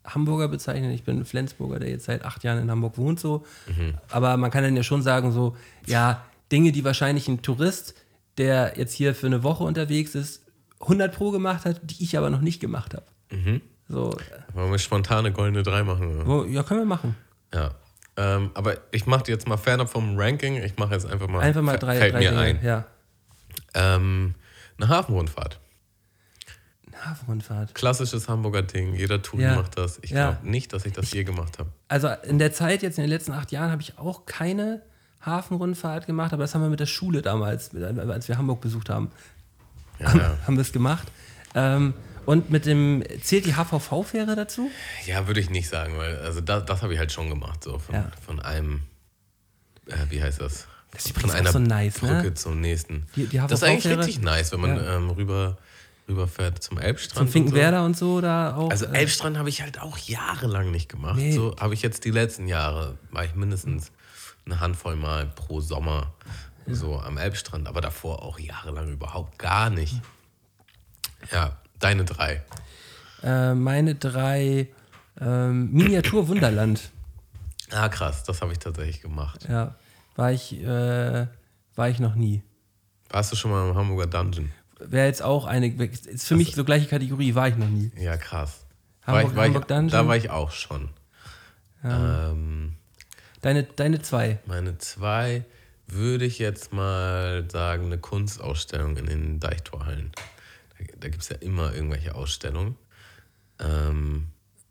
Hamburger bezeichnen. Ich bin Flensburger, der jetzt seit acht Jahren in Hamburg wohnt. So. Mhm. Aber man kann dann ja schon sagen, so, ja, Dinge, die wahrscheinlich ein Tourist, der jetzt hier für eine Woche unterwegs ist, hundert Pro gemacht hat, die ich aber noch nicht gemacht habe. Mhm. So. Wollen wir spontane goldene drei machen? Oder? Wo, ja, können wir machen. Ja. Ähm, aber ich mache jetzt mal fernab vom Ranking. Ich mache jetzt einfach mal. Einfach mal drei, fällt drei mir Dinge. ein. Ja. Ähm, eine Hafenrundfahrt. Eine Hafenrundfahrt. Klassisches Hamburger Ding. Jeder Touri Ja. macht das. Ich Ja. glaube nicht, dass ich das je gemacht habe. Also in der Zeit, jetzt in den letzten acht Jahren, habe ich auch keine Hafenrundfahrt gemacht, aber das haben wir mit der Schule damals, als wir Hamburg besucht haben, Ja, haben, ja. haben wir es gemacht. Ähm, und mit dem, zählt die H V V-Fähre dazu? Ja, würde ich nicht sagen, weil also das, das habe ich halt schon gemacht. So von, Ja. von einem, äh, wie heißt das? Das ist Von übrigens einer auch so nice, Brücke ne? zum nächsten. Die, die Das ist eigentlich H V V-Fähre richtig nice, wenn man Ja. ähm, rüber, rüberfährt zum Elbstrand. zum Finkenwerder und und so da auch. so. Also äh, Elbstrand habe ich halt auch jahrelang nicht gemacht. Nee. So habe ich jetzt die letzten Jahre, war ich mindestens eine Handvoll Mal pro Sommer so am Elbstrand, aber davor auch jahrelang überhaupt gar nicht. Ja, deine drei. äh, meine drei ähm, Miniatur-Wunderland. Ah, krass, das habe ich tatsächlich gemacht. Ja, war ich, äh, war ich noch nie. Warst du schon mal im Hamburger Dungeon? Wäre jetzt auch eine, ist für mich so gleiche Kategorie, war ich noch nie. Ja, krass. Hamburg- war ich, war Hamburg ich, Dungeon? Da war ich auch schon. Ja. Ähm, Deine, deine zwei. meine zwei würde ich jetzt mal sagen, eine Kunstausstellung in den Deichtorhallen. Da, da gibt es ja immer irgendwelche Ausstellungen. Ähm,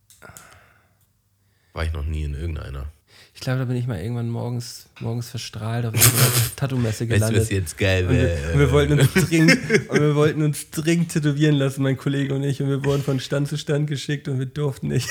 war ich noch nie in irgendeiner. Ich glaube, da bin ich mal irgendwann morgens, morgens verstrahlt auf einer Tattoo-Messe gelandet. jetzt geil Und wir, und wir wollten uns dringend, und wir wollten uns dringend tätowieren lassen, mein Kollege und ich. Und wir wurden von Stand zu Stand geschickt und wir durften nicht.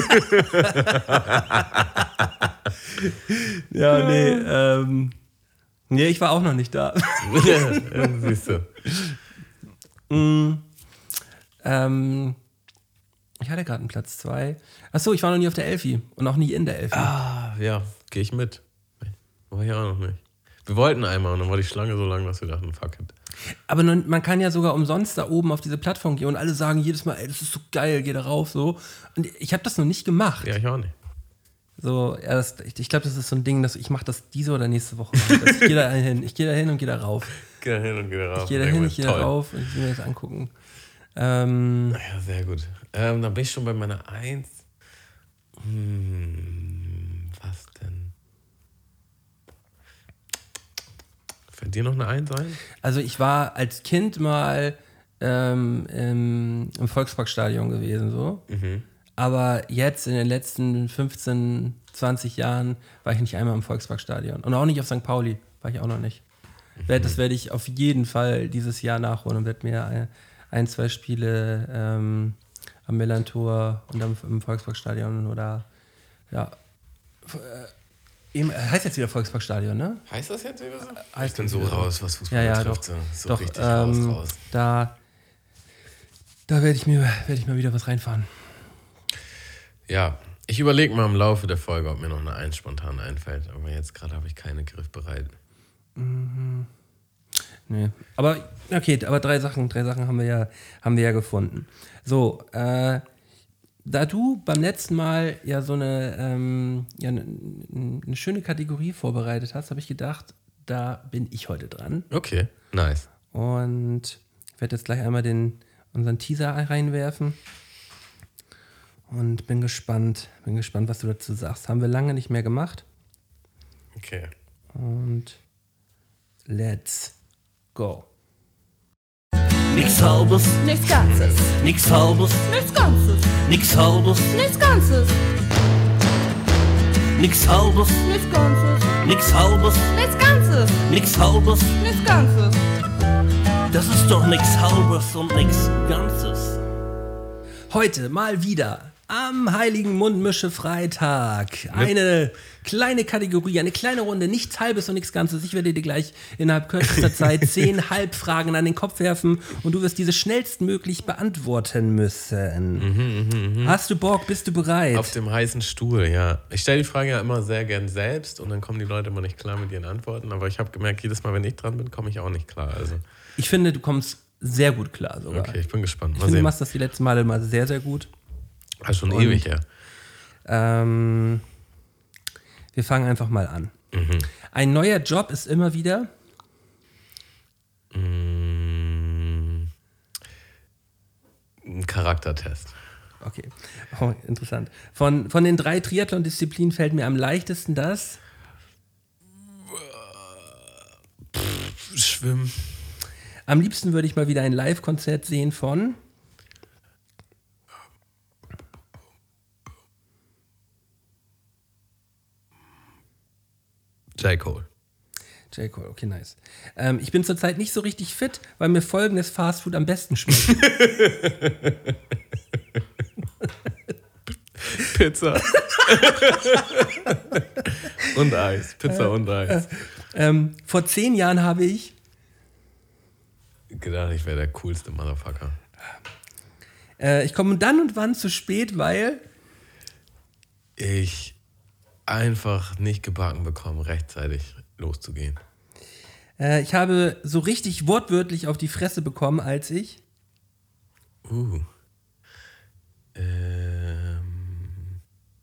Ja, nee. Ähm, nee, ich war auch noch nicht da. Ja, siehst du. Mm, ähm, ich hatte gerade einen Platz zwei. Achso, ich war noch nie auf der Elfi und auch nie in der Elfi. Ah, ja, gehe ich mit. War ich auch noch nicht. Wir wollten einmal und dann war die Schlange so lang, dass wir dachten, fuck it. Aber nun, man kann ja sogar umsonst da oben auf diese Plattform gehen und alle sagen jedes Mal, ey, das ist so geil, geh da rauf, so. Und ich habe das noch nicht gemacht. Ja, ich auch nicht. So, ja, das, ich, ich glaube, das ist so ein Ding, dass ich mache das diese oder nächste Woche. Ich gehe da hin, ich gehe da hin und gehe da rauf. Geh da hin und geh da rauf. Ich gehe da hin, ich gehe da rauf und ich will mir das angucken. Ähm, Ja, sehr gut. Ähm, dann bin ich schon bei meiner Eins. Hm, was denn? Fällt dir noch eine Eins ein? also ich war als Kind mal ähm, im, im Volksparkstadion gewesen, so. Mhm. Aber jetzt in den letzten fünfzehn, zwanzig Jahren war ich nicht einmal im Volksparkstadion. Und auch nicht auf Sankt Pauli, war ich auch noch nicht. Mhm. Das werde ich auf jeden Fall dieses Jahr nachholen und werde mir ein, ein zwei Spiele ähm, am Millantor und am, im Volksparkstadion oder ja. Äh, eben, heißt jetzt wieder Volksparkstadion, ne? Heißt das jetzt wieder so? Heißt Ich bin das so wieder so. raus, was Fußball Ja, ja, betrifft. doch. So, so Doch, richtig ähm, raus, raus. Da, da werde ich, mir, werd ich mal wieder was reinfahren. Ja, ich überlege mal im Laufe der Folge, ob mir noch eine Eins spontan einfällt. Aber jetzt gerade habe ich keine griffbereit. Mhm. Nee. Aber okay, aber drei Sachen, drei Sachen haben wir ja, haben wir ja gefunden. So, äh, da du beim letzten Mal ja so eine, ähm, ja, eine, eine schöne Kategorie vorbereitet hast, habe ich gedacht, da bin ich heute dran. Okay, nice. Und ich werde jetzt gleich einmal den, unseren Teaser reinwerfen. Und bin gespannt, bin gespannt, was du dazu sagst. Haben wir lange nicht mehr gemacht. Okay. Und let's go. Nix halbes, Nichts Ganzes. nix halbes, Nichts Ganzes. nix halbes, Nichts Ganzes. nix halbes, Nichts Ganzes. nix halbes, Nichts Ganzes. nix halbes. Nichts Ganzes. Das ist doch nix halbes und nix Ganzes. Heute mal wieder am Heiligen Mundmische-Freitag eine kleine Kategorie, eine kleine Runde, nichts Halbes und nichts Ganzes. Ich werde dir gleich innerhalb kürzester Zeit zehn Halbfragen an den Kopf werfen und du wirst diese schnellstmöglich beantworten müssen. Mhm, mh, mh. Hast du Bock? Bist du bereit? Auf dem heißen Stuhl, ja. Ich stelle die Frage ja immer sehr gern selbst und dann kommen die Leute immer nicht klar mit ihren Antworten. Aber ich habe gemerkt, jedes Mal, wenn ich dran bin, komme ich auch nicht klar. Also, Ich finde, du kommst sehr gut klar sogar. okay, ich bin gespannt. Ich Mal finde, du sehen. machst das die letzten Male mal sehr, sehr gut. Also schon Und, ewig her. Ähm, wir fangen einfach mal an. Mhm. Ein neuer Job ist immer wieder... Mm, ein Charaktertest. Okay, oh, interessant. Von, von den drei Triathlon-Disziplinen fällt mir am leichtesten das... Schwimmen. Am liebsten würde ich mal wieder ein Live-Konzert sehen von... J. Cole. J. Cole, okay, nice. Ähm, ich bin zurzeit nicht so richtig fit, weil mir folgendes Fastfood am besten schmeckt. Pizza. Und Eis. Pizza und Eis. ähm, vor zehn Jahren habe ich... Gedacht, ich wäre der coolste Motherfucker. Äh, ich komme dann und wann zu spät, weil... Ich einfach nicht gebacken bekomme, rechtzeitig loszugehen. Äh, ich habe so richtig wortwörtlich auf die Fresse bekommen, als ich... Uh. Ähm.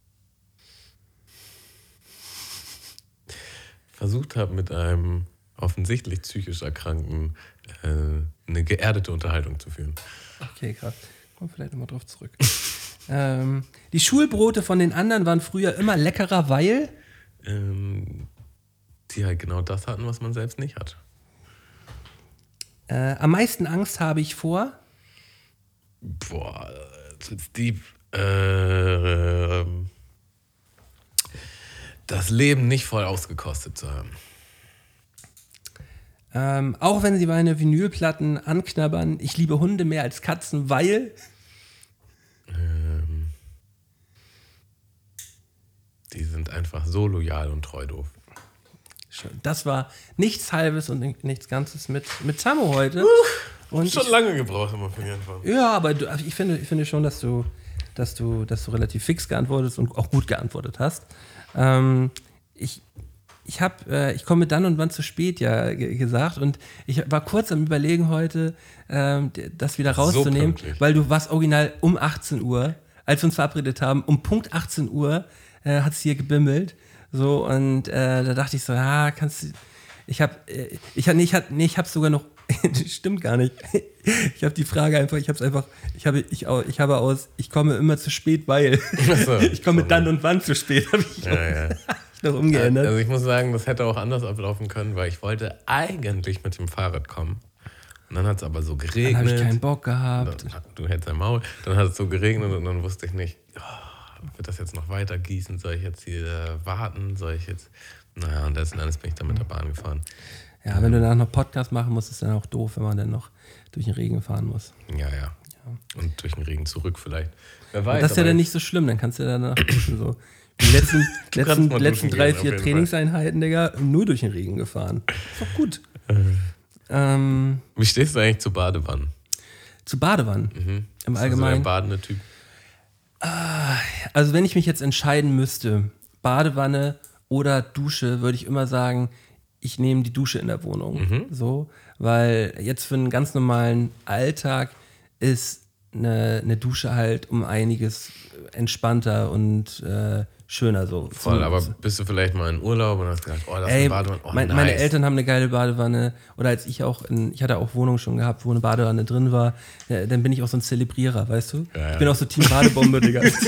Versucht habe, mit einem offensichtlich psychisch Erkrankten äh, eine geerdete Unterhaltung zu führen. Okay, krass. Kommen vielleicht nochmal drauf zurück. ähm, die Schulbrote von den anderen waren früher immer leckerer, weil... Ähm, die halt genau das hatten, was man selbst nicht hat. Äh, am meisten Angst habe ich vor... Boah, das ist deep. Äh, das Leben nicht voll ausgekostet zu haben. Ähm, auch wenn sie meine Vinylplatten anknabbern, ich liebe Hunde mehr als Katzen, weil... Ähm, die sind einfach so loyal und treu doof. Schön. Das war nichts Halbes und nichts Ganzes mit, mit Tammo heute. Und Schon ich, lange gebraucht immer für die Antwort. ja, aber du, ich, finde, ich finde schon, dass du, dass, du, dass du relativ fix geantwortet und auch gut geantwortet hast. Ähm, ich ich, hab, äh, ich komme dann und wann zu spät, ja, g- gesagt. Und ich war kurz am Überlegen heute, ähm, das wieder So rauszunehmen, pünktlich. weil du warst original um achtzehn Uhr, als wir uns verabredet haben, um Punkt achtzehn Uhr äh, hat es hier gebimmelt. So, und äh, da dachte ich so, ja, kannst du. Ich habe äh, ich hab, nee, ich hab, nee, ich habe sogar noch. Das stimmt gar nicht. Ich habe die Frage einfach, ich habe es einfach, ich habe, ich, au- ich habe aus, ich komme immer zu spät, weil. so. Ich komme dann und wann zu spät, habe ich, Ja, ja. noch umgeändert. Also ich muss sagen, das hätte auch anders ablaufen können, weil ich wollte eigentlich mit dem Fahrrad kommen. Und dann hat es aber so geregnet. Dann habe ich keinen Bock gehabt. Dann, du hättest ein Maul. Dann hat es so geregnet und dann wusste ich nicht, oh, wird das jetzt noch weiter gießen? Soll ich jetzt hier äh, warten? Soll ich jetzt... Naja, und letzten Endes bin ich dann mit der Bahn gefahren. Ja, wenn du danach noch Podcast machen musst, ist dann auch doof, wenn man dann noch durch den Regen fahren muss. Ja, ja. Und durch den Regen zurück vielleicht. Wer weiß. Und das ist ja aber dann nicht so schlimm, dann kannst du ja danach duschen. So. Die letzten, letzten, mal letzten duschen drei, gehen, auf vier jeden Trainingseinheiten, Digga, nur durch den Regen gefahren. Ist doch gut. ähm, Wie stehst du eigentlich zu Badewannen? zu Badewannen im Bist du so der Allgemeinen. badende Typ? Also wenn ich mich jetzt entscheiden müsste, Badewanne oder Dusche, würde ich immer sagen, ich nehme die Dusche in der Wohnung. Mhm. So, weil jetzt für einen ganz normalen Alltag ist eine, eine Dusche halt um einiges entspannter und äh, schöner so. Voll, Zum- aber bist du vielleicht mal in Urlaub und hast gedacht, oh, das ist Ey, eine Badewanne. Oh, mein, nice. meine Eltern haben eine geile Badewanne. Oder als ich auch, in, ich hatte auch Wohnungen schon gehabt, wo eine Badewanne drin war. Ja, dann bin ich auch so ein Zelebrierer, weißt du? Ja, ja. Ich bin auch so Team Badebombe, Digga. Ich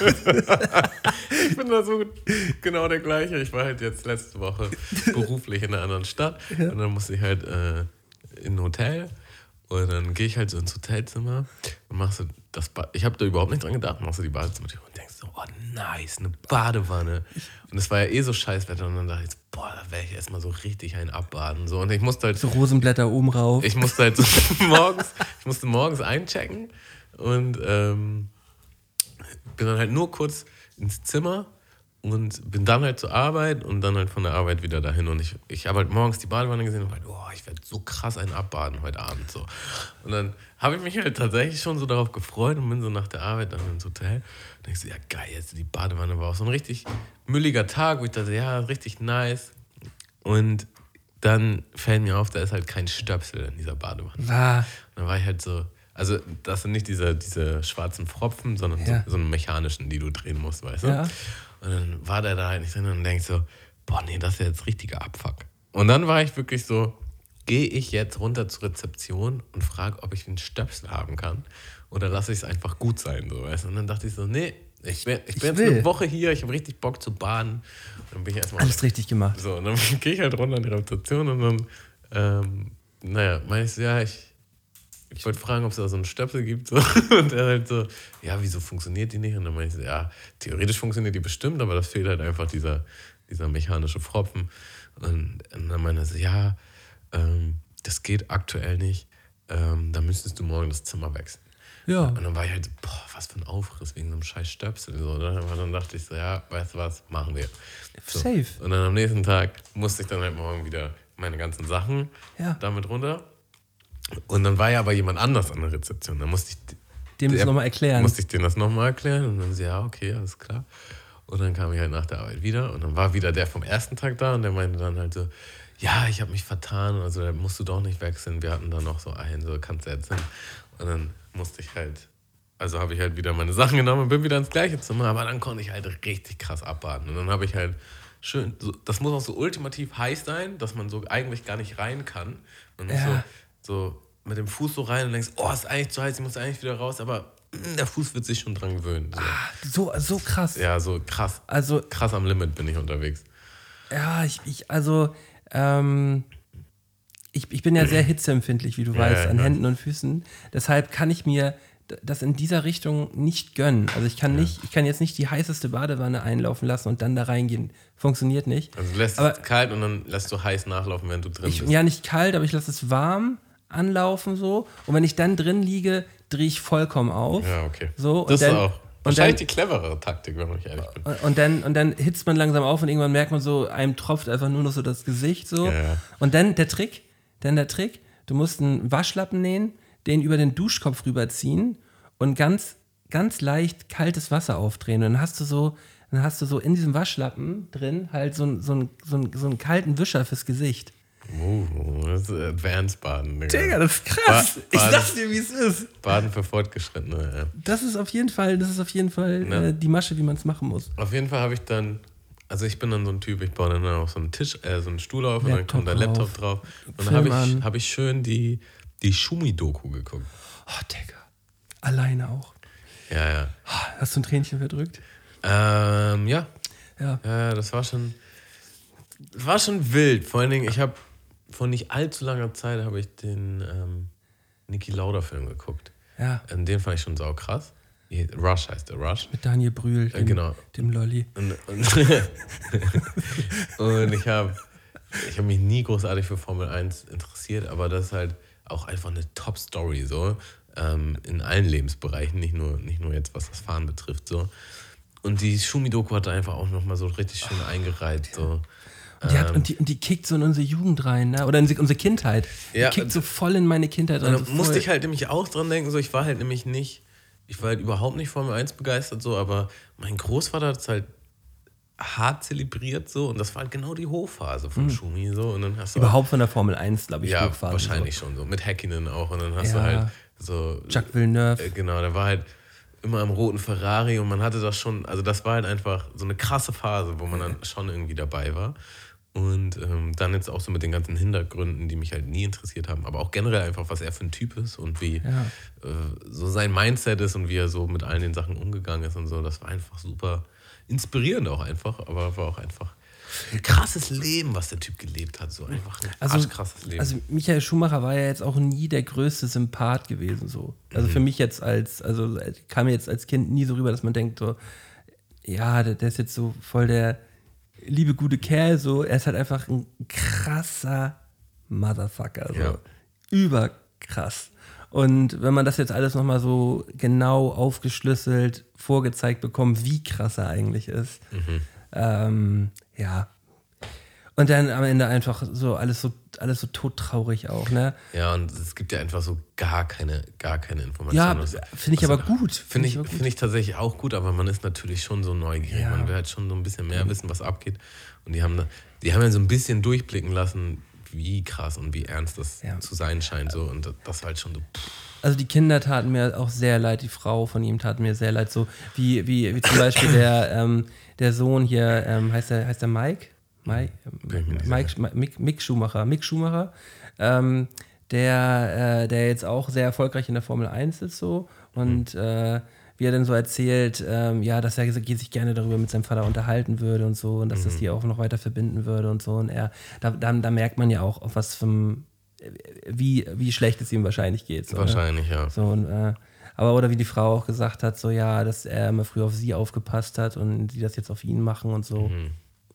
bin da so genau der gleiche. Ich war halt jetzt letzte Woche beruflich in einer anderen Stadt und dann musste ich halt äh, in ein Hotel und dann gehe ich halt so ins Hotelzimmer und machst so das ba- ich habe da überhaupt nicht dran gedacht, machst du die Badezimmertür und denkst so, oh nice, eine Badewanne. Und es war ja eh so Scheißwetter und dann dachte ich, so, boah, da werde ich erstmal so richtig einen abbaden. So. Und ich musste halt So Rosenblätter oben rauf. ich musste halt so morgens, ich musste morgens einchecken und ähm, bin dann halt nur kurz ins Zimmer und bin dann halt zur Arbeit und dann halt von der Arbeit wieder dahin. Und ich, ich habe halt morgens die Badewanne gesehen und halt, oh, ich werde so krass einen abbaden heute Abend. So. Und dann habe ich mich halt tatsächlich schon so darauf gefreut und bin so nach der Arbeit dann ins Hotel. Und denkst so, ja geil, jetzt die Badewanne war auch so ein richtig mülliger Tag, wo ich dachte, ja, richtig nice. Und dann fällt mir auf, da ist halt kein Stöpsel in dieser Badewanne. Ah, Dann war ich halt so, also das sind nicht diese, diese schwarzen Pfropfen, sondern Ja. so, so einen mechanischen, die du drehen musst, weißt du? Ja. Und dann war der da halt nicht drin und denkst so, boah, nee, das ist ja jetzt richtiger Abfuck. Und dann war ich wirklich so, gehe ich jetzt runter zur Rezeption und frage, ob ich einen Stöpsel haben kann oder lasse ich es einfach gut sein, so, weißt du? Und dann dachte ich so, nee, ich bin, ich bin jetzt will. eine Woche hier, ich habe richtig Bock zu baden. Und dann bin ich erstmal Alles richtig gemacht. so, und dann gehe ich halt runter an die Rezeption und dann, ähm, naja, meinst du, ja, ich, ich wollte fragen, ob es da so einen Stöpsel gibt. So. Und er halt so, ja, wieso funktioniert die nicht? Und dann meinte ich so, ja, theoretisch funktioniert die bestimmt, aber das fehlt halt einfach dieser, dieser mechanische Pfropfen. Und, und dann meinte er so, ja, ähm, das geht aktuell nicht, ähm, da müsstest du morgen das Zimmer wechseln. Ja. Und dann war ich halt so, boah, was für ein Aufriss wegen so einem scheiß Stöpsel. So, ne? Aber dann dachte ich so, ja, weißt du was, machen wir. So. Safe. Und dann am nächsten Tag musste ich dann halt morgen wieder meine ganzen Sachen Ja. damit runter. Und dann war ja aber jemand anders an der Rezeption. Dann musste ich, Dem das der- nochmal erklären. musste ich denen das nochmal erklären. Und dann so, ja, okay, alles klar. Und dann kam ich halt nach der Arbeit wieder. Und dann war wieder der vom ersten Tag da. Und der meinte dann halt so, ja, ich habe mich vertan. Also da musst du doch nicht wechseln. Wir hatten da noch so einen, so kannst du erzählen. Und dann musste ich halt, also habe ich halt wieder meine Sachen genommen und bin wieder ins gleiche Zimmer. Aber dann konnte ich halt richtig krass abbaden. Und dann habe ich halt schön, so, das muss auch so ultimativ heiß sein, dass man so eigentlich gar nicht rein kann. Man muss Ja. so, so mit dem Fuß so rein und denkst, oh, ist eigentlich zu heiß, ich muss eigentlich wieder raus. Aber mh, der Fuß wird sich schon dran gewöhnen. So. So, so krass. Ja, so krass. Also, Krass am Limit bin ich unterwegs. ja, ich, ich also, ähm, ich, ich bin ja sehr hitzeempfindlich, wie du Ja, weißt, ja, an ja. Händen und Füßen. Deshalb kann ich mir d- das in dieser Richtung nicht gönnen. Also ich kann nicht, ich kann jetzt nicht die heißeste Badewanne einlaufen lassen und dann da reingehen. Funktioniert nicht. Also du lässt Aber- es kalt und dann lässt du heiß nachlaufen, wenn du drin Ich, bist. ja, nicht kalt, aber ich lasse es warm anlaufen so. Und wenn ich dann drin liege, drehe ich vollkommen auf. Ja, okay. So, und das dann- ist auch und wahrscheinlich dann- die cleverere Taktik, wenn ich ehrlich bin. Und dann, und dann hitzt man langsam auf und irgendwann merkt man so, einem tropft einfach nur noch so das Gesicht so. Ja, ja. Und dann der Trick, dann der Trick, du musst einen Waschlappen nähen, den über den Duschkopf rüberziehen und ganz, ganz leicht kaltes Wasser aufdrehen. Und dann hast du so, dann hast du so in diesem Waschlappen drin halt so, einen- so, einen- so, einen- so einen kalten Wischer fürs Gesicht. Uh, das ist Advanced Baden. Digga. das ist krass. Ba- ich Baden- sag's dir, wie es ist. Baden für Fortgeschrittene. Ja. Das ist auf jeden Fall, das ist auf jeden Fall Ja. äh, die Masche, wie man es machen muss. Auf jeden Fall habe ich dann, also ich bin dann so ein Typ, ich baue dann auch so einen Tisch, äh, so einen Stuhl auf und dann Laptop kommt der Laptop drauf. Und dann Film habe ich, an. hab ich schön die, die Schumi-Doku geguckt. Oh, Digga. Alleine auch. Ja, ja. Hast du ein Tränchen verdrückt? Ähm, ja. Ja. Ja, das war schon, das war schon wild. Vor allen Dingen, ich habe vor nicht allzu langer Zeit habe ich den ähm, Niki Lauda Film geguckt. Ja. Ähm, den fand ich schon sau krass. Rush heißt der, Rush. Mit Daniel Brühl, dem, Äh, genau. dem Lolli. Und, und, und ich habe ich hab mich nie großartig für Formel eins interessiert, aber das ist halt auch einfach eine Top-Story so, ähm, in allen Lebensbereichen, nicht nur, nicht nur jetzt, was das Fahren betrifft. So. Und die Schumi-Doku hat einfach auch nochmal so richtig schön eingereiht. So. Und die, hat, und, die, und die kickt so in unsere Jugend rein, ne? Oder in unsere Kindheit. Die Ja, kickt und- so voll in meine Kindheit Und rein. dann so musste voll. ich halt nämlich auch dran denken, so, ich war halt nämlich nicht, ich war halt überhaupt nicht Formel eins begeistert, so, aber mein Großvater hat es halt hart zelebriert so und das war halt genau die Hochphase von Schumi so und dann hast du Mhm. Überhaupt von der Formel eins, glaube ich, ja Hochphase, wahrscheinlich schon so mit Häkkinen auch und dann hast Ja. du halt so Jacques Villeneuve. äh, genau, der war halt immer am roten Ferrari und man hatte das schon, also das war halt einfach so eine krasse Phase, wo man dann schon irgendwie dabei war. Und ähm, dann jetzt auch so mit den ganzen Hintergründen, die mich halt nie interessiert haben, aber auch generell einfach, was er für ein Typ ist und wie Ja. äh, so sein Mindset ist und wie er so mit all den Sachen umgegangen ist und so. Das war einfach super inspirierend auch einfach, aber war auch einfach ein krasses Leben, was der Typ gelebt hat. So einfach ein Also, arschkrasses Leben. also Michael Schumacher war ja jetzt auch nie der größte Sympath gewesen. So. Also Mhm. für mich jetzt als, also kam mir jetzt als Kind nie so rüber, dass man denkt, so, ja, der, der ist jetzt so voll der liebe, gute Kerl. So. Er ist halt einfach ein krasser Motherfucker. So. Ja. Überkrass. Und wenn man das jetzt alles nochmal so genau aufgeschlüsselt, vorgezeigt bekommt, wie krass er eigentlich ist, Mhm. ähm, ja. Und dann am Ende einfach so alles so, alles so todtraurig auch, ne? Ja, und es gibt ja einfach so gar keine, gar keine Informationen. Ja, Was- finde ich was- aber gut. Finde ich, aber gut. find ich tatsächlich auch gut, aber man ist natürlich schon so neugierig. Ja. Man will halt schon so ein bisschen mehr wissen, was abgeht. Und die haben, da- die haben ja so ein bisschen durchblicken lassen, wie krass und wie ernst das Ja. zu sein scheint. So. Und das war halt schon so. Pff. Also die Kinder taten mir auch sehr leid, die Frau von ihm tat mir sehr leid, so wie, wie, wie zum Beispiel der, ähm, der Sohn hier, ähm, heißt der, heißt der Mike? Mike, Mike, Mick, Mick Schumacher, Mick Schumacher, ähm, der, äh, der jetzt auch sehr erfolgreich in der Formel eins ist so und mhm. äh, wie er dann so erzählt, ähm, ja, dass er sich gerne darüber mit seinem Vater unterhalten würde und so und dass mhm. das die auch noch weiter verbinden würde und so und er, da, da, da merkt man ja auch, auf was vom, wie, wie schlecht es ihm wahrscheinlich geht. So, wahrscheinlich, ne? ja. So, und, äh, aber oder wie die Frau auch gesagt hat, so ja, dass er immer früher auf sie aufgepasst hat und die das jetzt auf ihn machen und so. Mhm.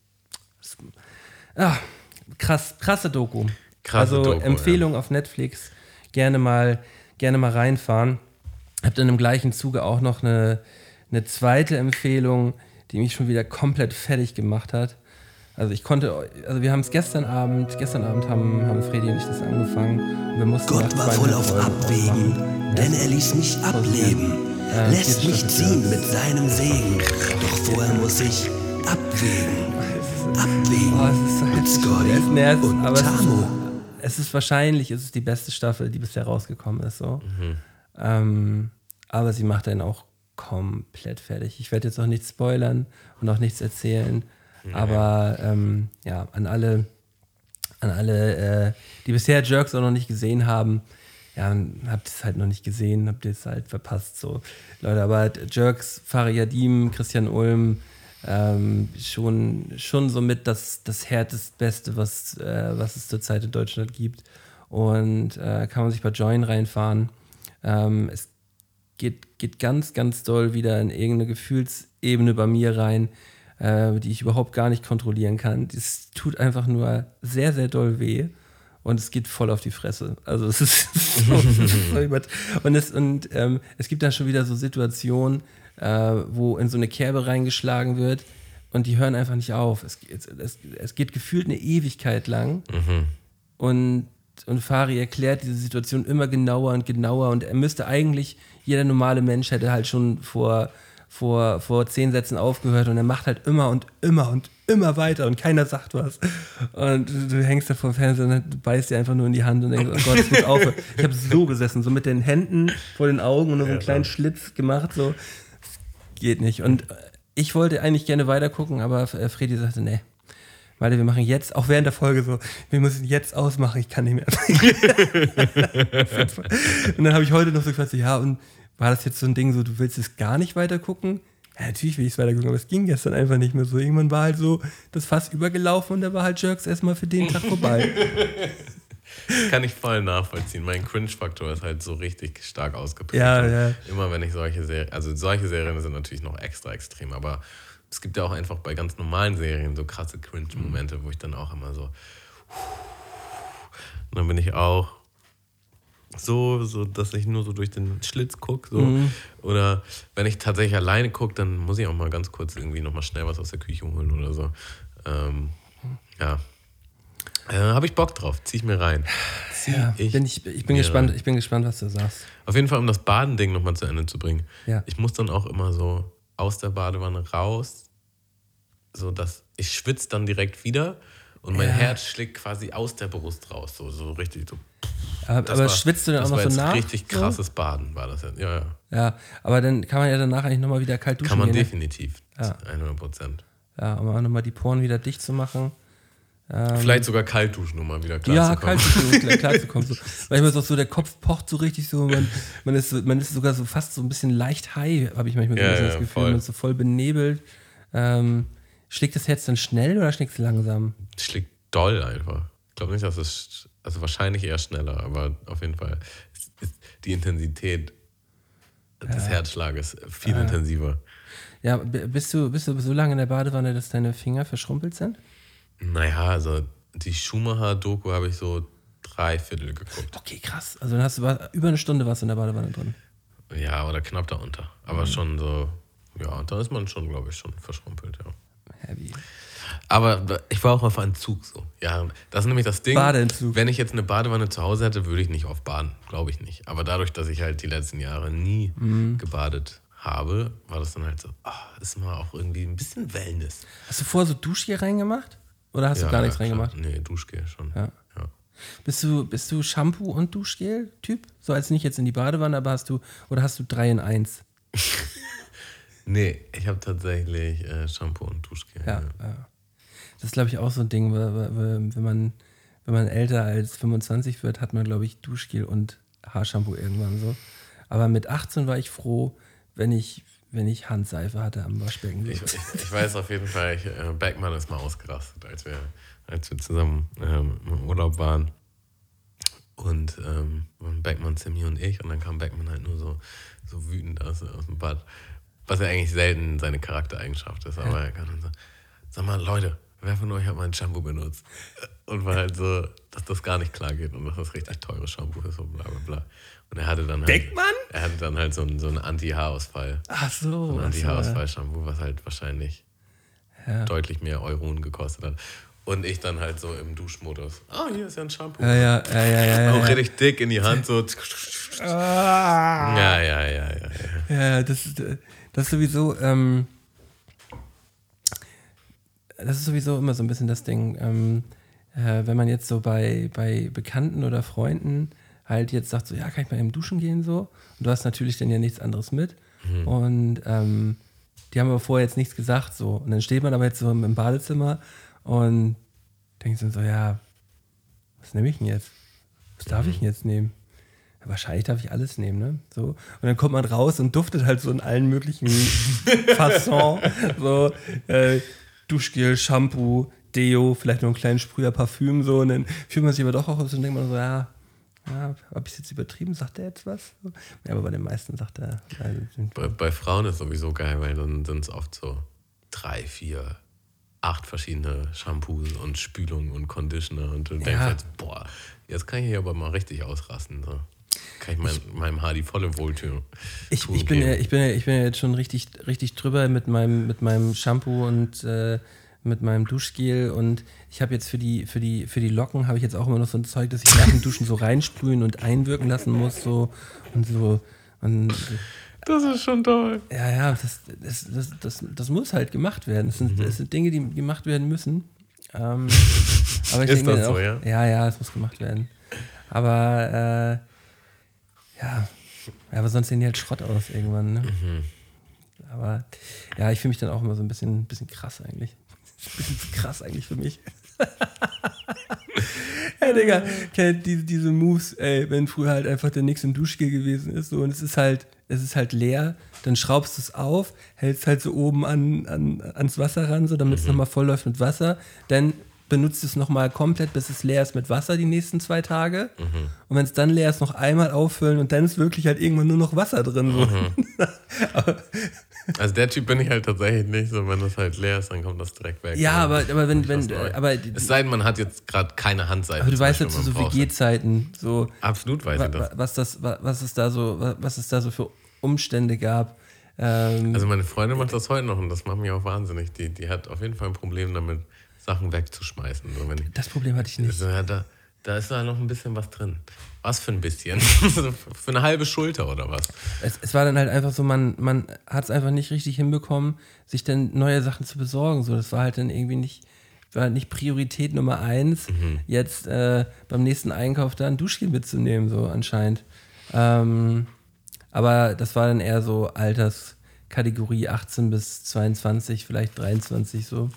Das, ja, krass, krasse Doku. Krasse also Doku, Empfehlung ja. auf Netflix, gerne mal, gerne mal reinfahren. Ich habe dann im gleichen Zuge auch noch eine, eine zweite Empfehlung, die mich schon wieder komplett fertig gemacht hat. Also ich konnte, also wir haben es gestern Abend, gestern Abend haben, haben Fredi und ich das angefangen und wir mussten Gott war voll auf Abwägen, denn er ließ mich ableben, äh, lässt mich ziehen mit seinem Segen, doch vorher muss ich abwägen, abwägen Oh, es ist so mit heftig. Scotty Es nervt, und aber es ist, Tamo. es ist wahrscheinlich, es ist die beste Staffel, die bisher rausgekommen ist. So. Mhm. Ähm, aber sie macht einen auch komplett fertig. Ich werde jetzt auch nichts spoilern und auch nichts erzählen. Nee. Aber ähm, ja, an alle, an alle, äh, die bisher Jerks auch noch nicht gesehen haben, ja, habt ihr es halt noch nicht gesehen, habt ihr es halt verpasst. So. Leute, aber Jerks, Fariyadim, Christian Ulm, ähm, schon, schon somit das, das härtest Beste, was, äh, was es zurzeit in Deutschland gibt. Und äh, kann man sich bei Join reinfahren. Ähm, es geht, geht ganz, ganz doll wieder in irgendeine Gefühlsebene bei mir rein, äh, die ich überhaupt gar nicht kontrollieren kann. Es tut einfach nur sehr, sehr doll weh. Und es geht voll auf die Fresse. Also es ist so, es ist so über- und, es, und ähm, es gibt dann schon wieder so Situationen, äh, wo in so eine Kerbe reingeschlagen wird und die hören einfach nicht auf. Es, es, es, es geht gefühlt eine Ewigkeit lang. Mhm. Und, und Fari erklärt diese Situation immer genauer und genauer und er müsste eigentlich, jeder normale Mensch hätte halt schon vor, vor, vor zehn Sätzen aufgehört und er macht halt immer und immer und immer weiter und keiner sagt was. Und du, du hängst da vor dem Fernseher und du beißt dir einfach nur in die Hand und denkst, oh Gott, es muss aufhören. Ich habe so gesessen, so mit den Händen vor den Augen und nur so einen kleinen Schlitz gemacht, so. Das geht nicht. Und ich wollte eigentlich gerne weiter gucken, aber Fredi sagte, nee, Malte, wir machen jetzt, auch während der Folge so, wir müssen jetzt ausmachen, ich kann nicht mehr. Und dann habe ich heute noch so gefragt, ja, und war das jetzt so ein Ding, so, du willst es gar nicht weiter gucken? Ja, natürlich will ich es weiter gucken, aber es ging gestern einfach nicht mehr so. Irgendwann war halt so das Fass übergelaufen und da war halt Jerks erstmal für den Tag vorbei. Kann ich voll nachvollziehen. Mein Cringe-Faktor ist halt so richtig stark ausgeprägt. Ja, ja. Immer wenn ich solche Serien, also solche Serien sind natürlich noch extra extrem, aber es gibt ja auch einfach bei ganz normalen Serien so krasse Cringe-Momente, wo ich dann auch immer so und dann bin ich auch so, so, dass ich nur so durch den Schlitz gucke. So. Mhm. Oder wenn ich tatsächlich alleine gucke, dann muss ich auch mal ganz kurz irgendwie nochmal schnell was aus der Küche holen oder so. Ähm, ja. Äh, Habe ich Bock drauf, zieh ich mir rein. Zieh ja, ich bin ich, ich, bin gespannt, ich bin gespannt, was du sagst. Auf jeden Fall, um das Badending nochmal zu Ende zu bringen. Ja. Ich muss dann auch immer so aus der Badewanne raus, so dass ich schwitze dann direkt wieder und mein ja. Herz schlägt quasi aus der Brust raus, so, so richtig so. Aber, aber war, schwitzt du dann auch noch so nach? Das war richtig krasses so? Baden, war das jetzt. Ja, ja. Ja, aber dann kann man ja danach eigentlich nochmal wieder kalt duschen. Kann man gehen, definitiv, ja. hundert Prozent. Ja, um auch nochmal die Poren wieder dicht zu machen. Ähm, Vielleicht sogar kalt duschen, um mal wieder klar ja, zu kommen. Ja, kalt duschen, um klar, klar zu kommen. So. Manchmal ist auch so, der Kopf pocht so richtig so, man, man, ist, man ist sogar so fast so ein bisschen leicht high, habe ich manchmal so ja, ein bisschen ja, das Gefühl, voll. man ist so voll benebelt. Ähm, schlägt das Herz dann schnell oder schlägt es langsam? Schlägt doll einfach. Ich glaube nicht, dass es, also wahrscheinlich eher schneller, aber auf jeden Fall ist, ist die Intensität ja. des Herzschlages viel ja. intensiver. Ja, bist du, bist du so lange in der Badewanne, dass deine Finger verschrumpelt sind? Naja, also die Schumacher-Doku habe ich so drei Viertel geguckt. Okay, krass. Also dann hast du über eine Stunde warst du in der Badewanne drin. Ja, oder knapp darunter. Aber mhm. schon so, ja, da ist man schon, glaube ich, schon verschrumpelt, ja. Heavy. Aber ich war auch auf Entzug so. Ja, das ist nämlich das Ding. Badeentzug. Wenn ich jetzt eine Badewanne zu Hause hätte, würde ich nicht oft baden. Glaube ich nicht. Aber dadurch, dass ich halt die letzten Jahre nie mhm. gebadet habe, war das dann halt so, oh, ist mal auch irgendwie ein bisschen Wellness. Hast du vorher so Duschgel reingemacht? Oder hast ja, du gar nichts ja, reingemacht? Nee, Duschgel schon. Ja. Ja. Bist du, bist du Shampoo- und Duschgel-Typ? So als nicht jetzt in die Badewanne, aber hast du, oder hast du drei in eins? Nee, ich habe tatsächlich äh, Shampoo und Duschgel. Ja, ja. Das ist, glaube ich, auch so ein Ding, weil- weil- wenn man, wenn man älter als fünfundzwanzig wird, hat man, glaube ich, Duschgel und Haarshampoo irgendwann so. Aber mit achtzehn war ich froh, wenn ich, wenn ich Handseife hatte am Waschbecken. Ich, ich, ich weiß auf jeden Fall, ich, äh, Beckmann ist mal ausgerastet, als wir, als wir zusammen ähm, im Urlaub waren. Und ähm, Beckmann, Simi und ich. Und dann kam Beckmann halt nur so, so wütend aus, aus dem Bad. Was ja eigentlich selten seine Charaktereigenschaft ist. Aber er kam dann so, sag mal, Leute, wer von euch hat mein Shampoo benutzt? Und war halt so, dass das gar nicht klar geht und dass das richtig teures Shampoo ist und bla bla bla. Und er hatte dann halt, Beckmann? Er hatte dann halt so einen, so einen Anti-Haarausfall. Ach so. So ein ach so, Anti-Haarausfall-Shampoo, was halt wahrscheinlich Ja. deutlich mehr Euronen gekostet hat. Und ich dann halt so im Duschmodus. Ah, hier ist ja ein Shampoo. Ja, ja, ja, ja, ja, ja. Auch richtig dick in die Hand, so. Ah. Ja, ja, ja, ja, ja. Ja, das ist, äh, das ist sowieso, ähm, das ist sowieso immer so ein bisschen das Ding, ähm, äh, wenn man jetzt so bei, bei Bekannten oder Freunden halt jetzt sagt, so, ja, kann ich mal eben duschen gehen, so. Und du hast natürlich dann ja nichts anderes mit. Mhm. Und ähm, die haben aber vorher jetzt nichts gesagt, so. Und dann steht man aber jetzt so im Badezimmer und denkt so, ja, was nehme ich denn jetzt? Was darf ich denn jetzt nehmen? Ja, wahrscheinlich darf ich alles nehmen, ne? So. Und dann kommt man raus und duftet halt so in allen möglichen Fasson. So, äh, Duschgel, Shampoo, Deo, vielleicht noch einen kleinen Sprüher Parfüm, so. Und dann fühlt man sich aber doch auch aus und denkt man so, ja, ja, habe ich es jetzt übertrieben? Sagt er jetzt was? Ja, aber bei den meisten sagt er. Bei, bei Frauen ist sowieso geil, weil dann sind es oft so drei, vier, acht verschiedene Shampoos und Spülungen und Conditioner. Und du denkst Ja. halt, boah, jetzt kann ich hier aber mal richtig ausrasten. So. Kann ich, mein, ich meinem Haar die volle Wohltür. Ich, ich, bin ja, ich, bin ja, ich bin ja jetzt schon richtig, richtig drüber mit meinem, mit meinem Shampoo und äh, mit meinem Duschgel. Und ich habe jetzt für die, für, die, für die Locken habe ich jetzt auch immer noch so ein Zeug, das ich nach dem Duschen so reinsprühen und einwirken lassen muss. So, und so. Und, Das ist schon toll. ja, ja, das, das, das, das, das muss halt gemacht werden. Das sind, das sind Dinge, die gemacht werden müssen. Ähm, aber ich Ist denke mir das so, auch, ja? Ja, ja, es muss gemacht werden. Aber äh, ja. ja, aber sonst sehen die halt Schrott aus irgendwann. Ne? Mhm. Aber ja, ich fühle mich dann auch immer so ein bisschen, bisschen krass eigentlich. Ein bisschen zu krass eigentlich für mich. Ja, Digga, kennt diese, diese Moves, ey, wenn früher halt einfach der nix im Duschgel gewesen ist, so, und es ist halt, es ist halt leer, dann schraubst du es auf, hältst halt so oben an, an, ans Wasser ran, so, damit es nochmal voll läuft mit Wasser, dann benutzt es nochmal komplett, bis es leer ist mit Wasser die nächsten zwei Tage. Mhm. Und wenn es dann leer ist, noch einmal auffüllen und dann ist wirklich halt irgendwann nur noch Wasser drin. So. Mhm. Aber, also der Typ bin ich halt tatsächlich nicht so, wenn das halt leer ist, dann kommt das direkt weg. Ja, aber, aber wenn, wenn, aber, es sei denn, man hat jetzt gerade keine Handseife. Aber du weißt Beispiel, ja zu so man braucht. W G-Zeiten, so. Absolut weiß ich das. Was das, was es da so, was es da so für Umstände gab. Ähm, Also meine Freundin macht das heute noch und das macht mich auch wahnsinnig. Die, die hat auf jeden Fall ein Problem damit, Sachen wegzuschmeißen. So, wenn ich, das Problem hatte ich nicht. Also, ja, da, da ist da noch ein bisschen was drin. Was für ein bisschen? Für eine halbe Schulter oder was? Es, es war dann halt einfach so, man, man hat es einfach nicht richtig hinbekommen, sich dann neue Sachen zu besorgen. So, das war halt dann irgendwie nicht, war nicht Priorität Nummer eins, mhm. jetzt äh, beim nächsten Einkauf da ein Duschgel mitzunehmen, so anscheinend. Ähm, aber das war dann eher so Alterskategorie achtzehn bis zweiundzwanzig, vielleicht dreiundzwanzig so.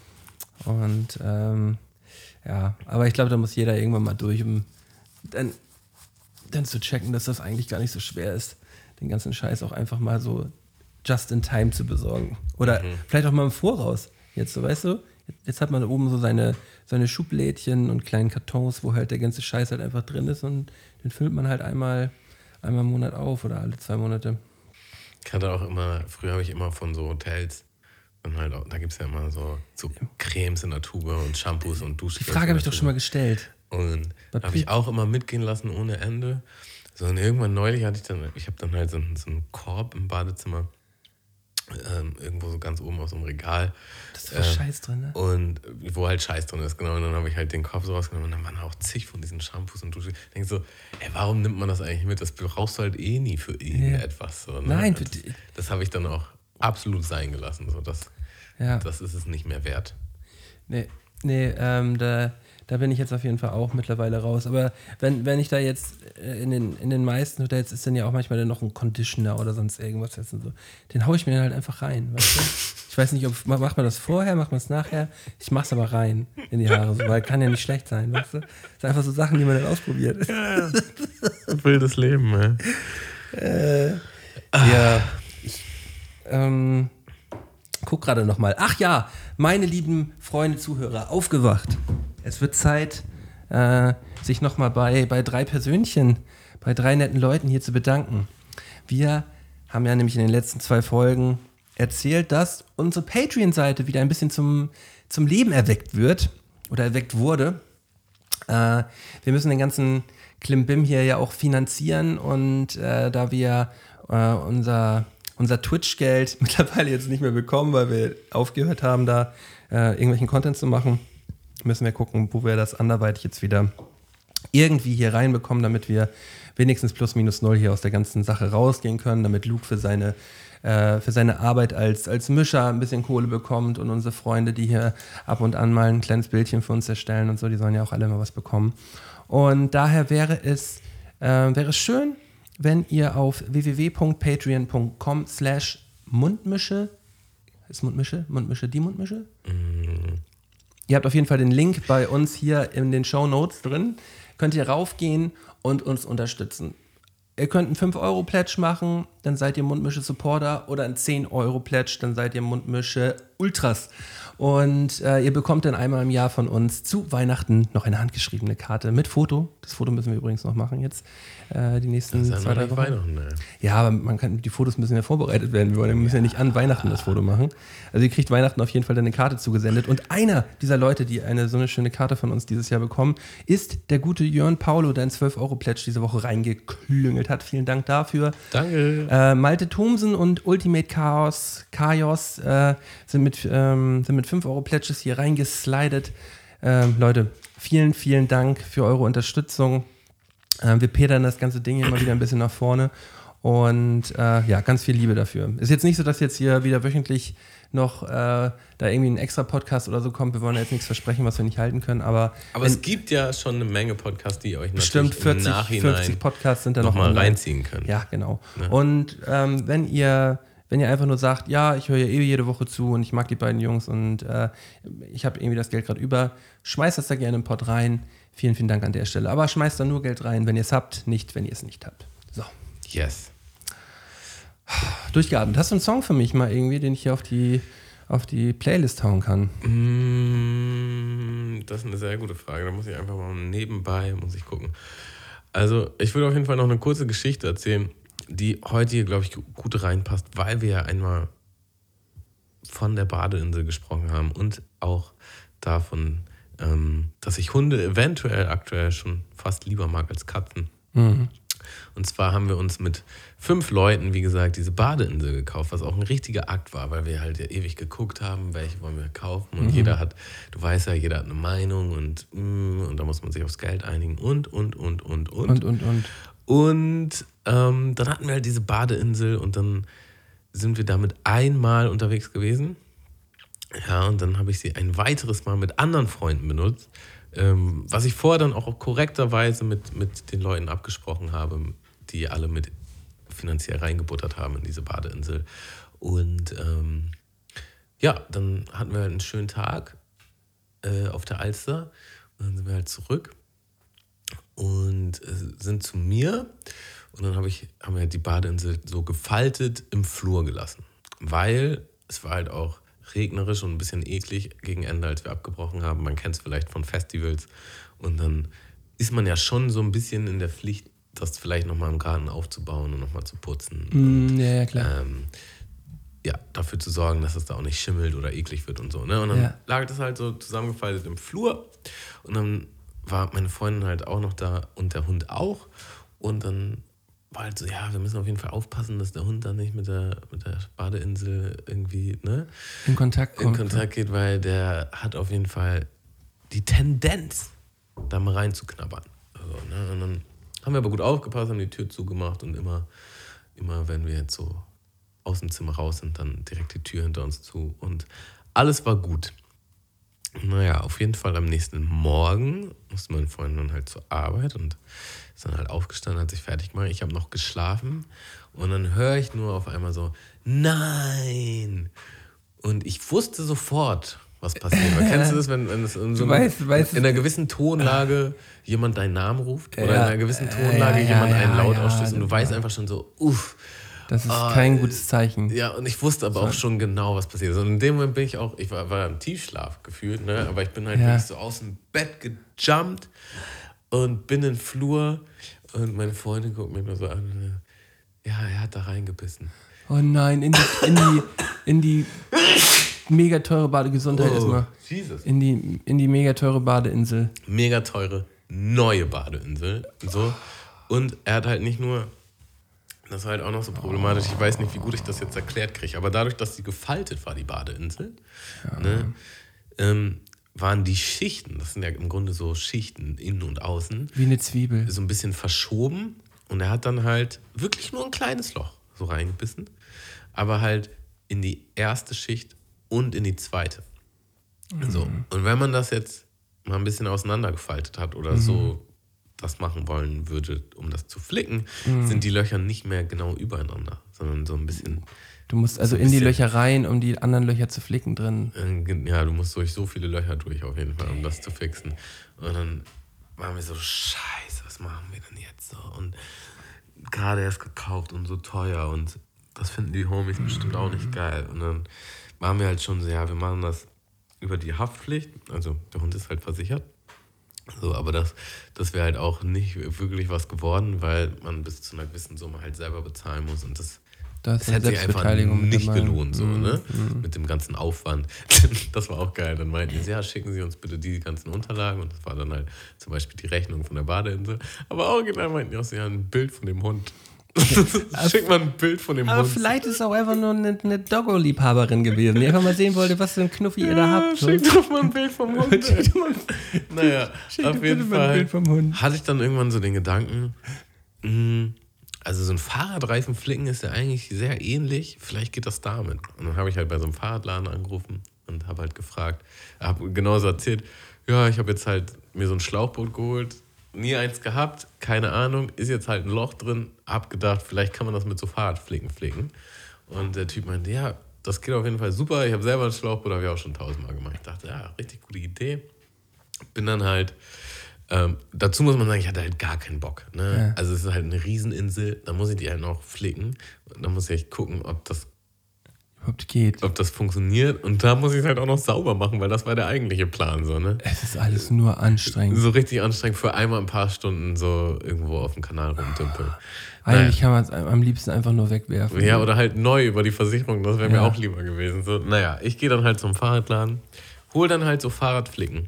Und ähm, ja, aber ich glaube, da muss jeder irgendwann mal durch, um dann, dann zu checken, dass das eigentlich gar nicht so schwer ist, den ganzen Scheiß auch einfach mal so just in time zu besorgen. Oder mhm. vielleicht auch mal im Voraus. Jetzt so, weißt du, jetzt hat man da oben so seine, seine Schublädchen und kleinen Kartons, wo halt der ganze Scheiß halt einfach drin ist und den füllt man halt einmal, einmal im Monat auf oder alle zwei Monate. Ich hatte auch immer, früher habe ich immer von so Hotels, und halt auch, da gibt es ja immer so, so Cremes in der Tube und Shampoos und Duschgel. Die Frage habe ich doch schon mal gestellt. Und habe ich auch immer mitgehen lassen ohne Ende. So, und irgendwann neulich hatte ich dann, ich habe dann halt so einen, so einen Korb im Badezimmer, ähm, irgendwo so ganz oben auf so einem Regal. Das ist voll äh, Scheiß drin, ne? Und wo halt Scheiß drin ist, genau. Und dann habe ich halt den Korb so rausgenommen und dann waren auch zig von diesen Shampoos und Duschgel. Ich denke so, ey, warum nimmt man das eigentlich mit? Das brauchst du halt eh nie für irgendetwas. So, ne? Nein, das, das habe ich dann auch absolut sein gelassen. So, das, ja. das ist es nicht mehr wert. Nee, nee ähm, da, Da bin ich jetzt auf jeden Fall auch mittlerweile raus. Aber wenn, wenn ich da jetzt äh, in den, in den meisten Hotels ist dann ja auch manchmal dann noch ein Conditioner oder sonst irgendwas jetzt und so. Den haue ich mir dann halt einfach rein, weißt du? Ich weiß nicht, ob macht man das vorher, macht man es nachher. Ich mach's aber rein in die Haare, so, weil kann ja nicht schlecht sein, weißt du? Das sind einfach so Sachen, die man dann ausprobiert. Ja, wildes Leben, ey. Äh, ja, ich ähm, guck gerade nochmal. Ach ja, meine lieben Freunde, Zuhörer, aufgewacht. Es wird Zeit, äh, sich nochmal bei, bei drei Persönchen, bei drei netten Leuten hier zu bedanken. Wir haben ja nämlich in den letzten zwei Folgen erzählt, dass unsere Patreon-Seite wieder ein bisschen zum, zum Leben erweckt wird oder erweckt wurde. Äh, wir müssen den ganzen Klimbim hier ja auch finanzieren und äh, da wir äh, unser, unser Twitch-Geld mittlerweile jetzt nicht mehr bekommen, weil wir aufgehört haben, da äh, irgendwelchen Content zu machen, müssen wir gucken, wo wir das anderweitig jetzt wieder irgendwie hier reinbekommen, damit wir wenigstens plus minus null hier aus der ganzen Sache rausgehen können, damit Luke für seine, äh, für seine Arbeit als, als Mischer ein bisschen Kohle bekommt und unsere Freunde, die hier ab und an mal ein kleines Bildchen für uns erstellen und so, die sollen ja auch alle mal was bekommen. Und daher wäre es, äh, wäre es schön, wenn ihr auf www.patreon.com slash Mundmische, ist Mundmische? Mundmische, die Mundmische? Mm. Ihr habt auf jeden Fall den Link bei uns hier in den Shownotes drin. Könnt ihr raufgehen und uns unterstützen. Ihr könnt einen fünf Euro Pledge machen, dann seid ihr Mundmische-Supporter, oder einen zehn Euro Pledge, dann seid ihr Mundmische-Ultras. Und äh, ihr bekommt dann einmal im Jahr von uns zu Weihnachten noch eine handgeschriebene Karte mit Foto. Das Foto müssen wir übrigens noch machen jetzt, äh, die nächsten Das ist ja zwei, noch drei nicht Wochen. Weihnachten, ne? Ja, aber man kann, die Fotos müssen ja vorbereitet werden. Wir wollen- wir müssen ja nicht an Weihnachten das Foto machen. Also ihr kriegt Weihnachten auf jeden Fall dann eine Karte zugesendet. Und einer dieser Leute, die eine so eine schöne Karte von uns dieses Jahr bekommen, ist der gute Jörn Paulo, der einen zwölf Euro Pledge diese Woche reingeklüngelt hat. Vielen Dank dafür. Danke. Äh, Malte Thomsen und Ultimate Chaos, Chaos äh, sind mit, ähm, sind mit fünf Euro Pledges hier reingeslidet. Ähm, Leute, vielen, vielen Dank für eure Unterstützung. Ähm, wir pedern das ganze Ding immer wieder ein bisschen nach vorne. Und äh, ja, ganz viel Liebe dafür. Ist jetzt nicht so, dass jetzt hier wieder wöchentlich noch äh, da irgendwie ein extra Podcast oder so kommt. Wir wollen jetzt nichts versprechen, was wir nicht halten können. Aber, Aber wenn, es gibt ja schon eine Menge Podcasts, die ihr euch bestimmt natürlich vierzig, im Nachhinein fünfzig Podcasts sind da noch nochmal online. reinziehen können. Ja, genau. Ne? Und ähm, wenn ihr wenn ihr einfach nur sagt, ja, ich höre ja eh jede Woche zu und ich mag die beiden Jungs und äh, ich habe irgendwie das Geld gerade über, schmeißt das da gerne im Pod rein. Vielen, vielen Dank an der Stelle. Aber schmeißt da nur Geld rein, wenn ihr es habt, nicht, wenn ihr es nicht habt. So, Yes. durchgeatmet. Hast du einen Song für mich mal irgendwie, den ich hier auf die, auf die Playlist hauen kann? Mm, Das ist eine sehr gute Frage. Da muss ich einfach mal nebenbei, muss ich gucken. Also, ich würde auf jeden Fall noch eine kurze Geschichte erzählen, die heute hier, glaube ich, gut reinpasst, weil wir ja einmal von der Badeinsel gesprochen haben und auch davon, ähm, dass ich Hunde eventuell aktuell schon fast lieber mag als Katzen. Mhm. Und zwar haben wir uns mit fünf Leuten, wie gesagt, diese Badeinsel gekauft, was auch ein richtiger Akt war, weil wir halt ja ewig geguckt haben, welche wollen wir kaufen. Und mhm. jeder hat, du weißt ja, jeder hat eine Meinung und, mm, und da muss man sich aufs Geld einigen und, und, und, und, und. Und, und, und. Und ähm, dann hatten wir halt diese Badeinsel und dann sind wir damit einmal unterwegs gewesen. Ja, und dann habe ich sie ein weiteres Mal mit anderen Freunden benutzt, ähm, was ich vorher dann auch korrekterweise mit, mit den Leuten abgesprochen habe, die alle mit finanziell reingebuttert haben in diese Badeinsel. Und ähm, ja, dann hatten wir halt einen schönen Tag äh, auf der Alster und dann sind wir halt zurück und äh, sind zu mir und dann hab ich, haben wir halt die Badeinsel so gefaltet im Flur gelassen, weil es war halt auch regnerisch und ein bisschen eklig gegen Ende, als wir abgebrochen haben. Man kennt es vielleicht von Festivals und dann ist man ja schon so ein bisschen in der Pflicht, das vielleicht nochmal im Garten aufzubauen und nochmal zu putzen. Mm, und, ja, ja, klar. Ähm, ja, dafür zu sorgen, dass es da auch nicht schimmelt oder eklig wird und so. Ne? Und dann Ja. lag das halt so zusammengefaltet im Flur und dann war meine Freundin halt auch noch da und der Hund auch. Und dann war halt so, ja, wir müssen auf jeden Fall aufpassen, dass der Hund da nicht mit der, mit der Badeinsel irgendwie ne, In Kontakt in kommt. Kontakt geht, weil der hat auf jeden Fall die Tendenz, da mal reinzuknabbern. Also, ne? Und dann haben wir aber gut aufgepasst, haben die Tür zugemacht und immer, immer wenn wir jetzt so aus dem Zimmer raus sind, dann direkt die Tür hinter uns zu und alles war gut. Naja, auf jeden Fall am nächsten Morgen musste mein Freund dann halt zur Arbeit und ist dann halt aufgestanden, hat sich fertig gemacht. Ich habe noch geschlafen und dann höre ich nur auf einmal so, nein! Und ich wusste sofort, was passiert. Weil kennst du das, wenn, wenn es in, so weißt, in weißt, einer gewissen Tonlage jemand deinen Namen ruft oder Ja, in einer gewissen Tonlage ja, ja, jemand einen ja, laut ja, ausstößt und du ja. weißt einfach schon so, uff. Das ist Ah, kein gutes Zeichen. Ja, und ich wusste aber auch schon genau, was passiert ist. Und in dem Moment bin ich auch, ich war, war im Tiefschlaf gefühlt, ne? Aber ich bin halt Ja. wirklich so aus dem Bett gejumpt und bin in den Flur und meine Freundin guckt mich nur so an. Und, ja, er hat da reingebissen. Oh nein, in die, in die, in die mega teure Badegesundheit Oh, erstmal. Jesus. In die, in die mega teure Badeinsel. Mega teure, neue Badeinsel. Und so. Und er hat halt nicht nur, das war halt auch noch so problematisch, ich weiß nicht, wie gut ich das jetzt erklärt kriege, aber dadurch, dass sie gefaltet war, die Badeinsel, ja. ne, ähm, waren die Schichten, das sind ja im Grunde so Schichten, innen und außen, Wie eine Zwiebel. so ein bisschen verschoben und er hat dann halt wirklich nur ein kleines Loch so reingebissen, aber halt in die erste Schicht und in die zweite. Mhm. So. Und wenn man das jetzt mal ein bisschen auseinandergefaltet hat oder mhm. so das machen wollen würde, um das zu flicken, mhm. sind die Löcher nicht mehr genau übereinander, sondern so ein bisschen... Du musst also so in die Löcher rein, um die anderen Löcher zu flicken drin. Ja, du musst durch so viele Löcher durch auf jeden Fall, um das zu fixen. Und dann waren wir so, scheiße, was machen wir denn jetzt so? Und gerade erst gekauft und so teuer und das finden die Homies bestimmt auch nicht geil. Und dann waren wir halt schon so, ja, wir machen das über die Haftpflicht, also der Hund ist halt versichert. So, aber das, das wäre halt auch nicht wirklich was geworden, weil man bis zu einer gewissen Summe halt selber bezahlen muss und das, das, das hätte sich einfach nicht gelohnt, so, mm, ne? Mm. Mit dem ganzen Aufwand. Das war auch geil. Dann meinten sie, ja, schicken Sie uns bitte die ganzen Unterlagen und das war dann halt zum Beispiel die Rechnung von der Badeinsel. Aber original meinten die auch, sie haben ein Bild von dem Hund. Schick mal ein Bild von dem aber Hund. Aber vielleicht ist es auch einfach nur eine, eine Doggo-Liebhaberin gewesen, die einfach mal sehen wollte, was für ein Knuffi ihr da habt. Schick doch mal ein Bild vom Hund. Schick doch mal, naja, schick auf jeden Fall ein Bild vom Hund. Hatte ich dann irgendwann so den Gedanken, mh, also so ein Fahrradreifen flicken ist ja eigentlich sehr ähnlich, vielleicht geht das damit. Und dann habe ich halt bei so einem Fahrradladen angerufen und habe halt gefragt, habe genauso erzählt, ja, ich habe jetzt halt mir so ein Schlauchboot geholt, nie eins gehabt, keine Ahnung, ist jetzt halt ein Loch drin, hab gedacht, vielleicht kann man das mit so Fahrradflicken flicken. Und der Typ meinte, ja, das geht auf jeden Fall super, ich habe selber ein Schlauchboot, habe ich auch schon tausendmal gemacht. Ich dachte, ja, richtig gute Idee. Bin dann halt, ähm, dazu muss man sagen, ich hatte halt gar keinen Bock. Ne? Ja. Also es ist halt eine Rieseninsel, da muss ich die halt noch flicken. Da muss ich gucken, ob das überhaupt geht. Ob das funktioniert. Und da muss ich es halt auch noch sauber machen, weil das war der eigentliche Plan. So, ne? Es ist alles nur anstrengend. So richtig anstrengend für einmal ein paar Stunden so irgendwo auf dem Kanal rumdümpeln. Eigentlich naja. kann man es am liebsten einfach nur wegwerfen. Ja, oder halt neu über die Versicherung. Das wäre ja. mir auch lieber gewesen. So, naja, ich gehe dann halt zum Fahrradladen, hol dann halt so Fahrradflicken.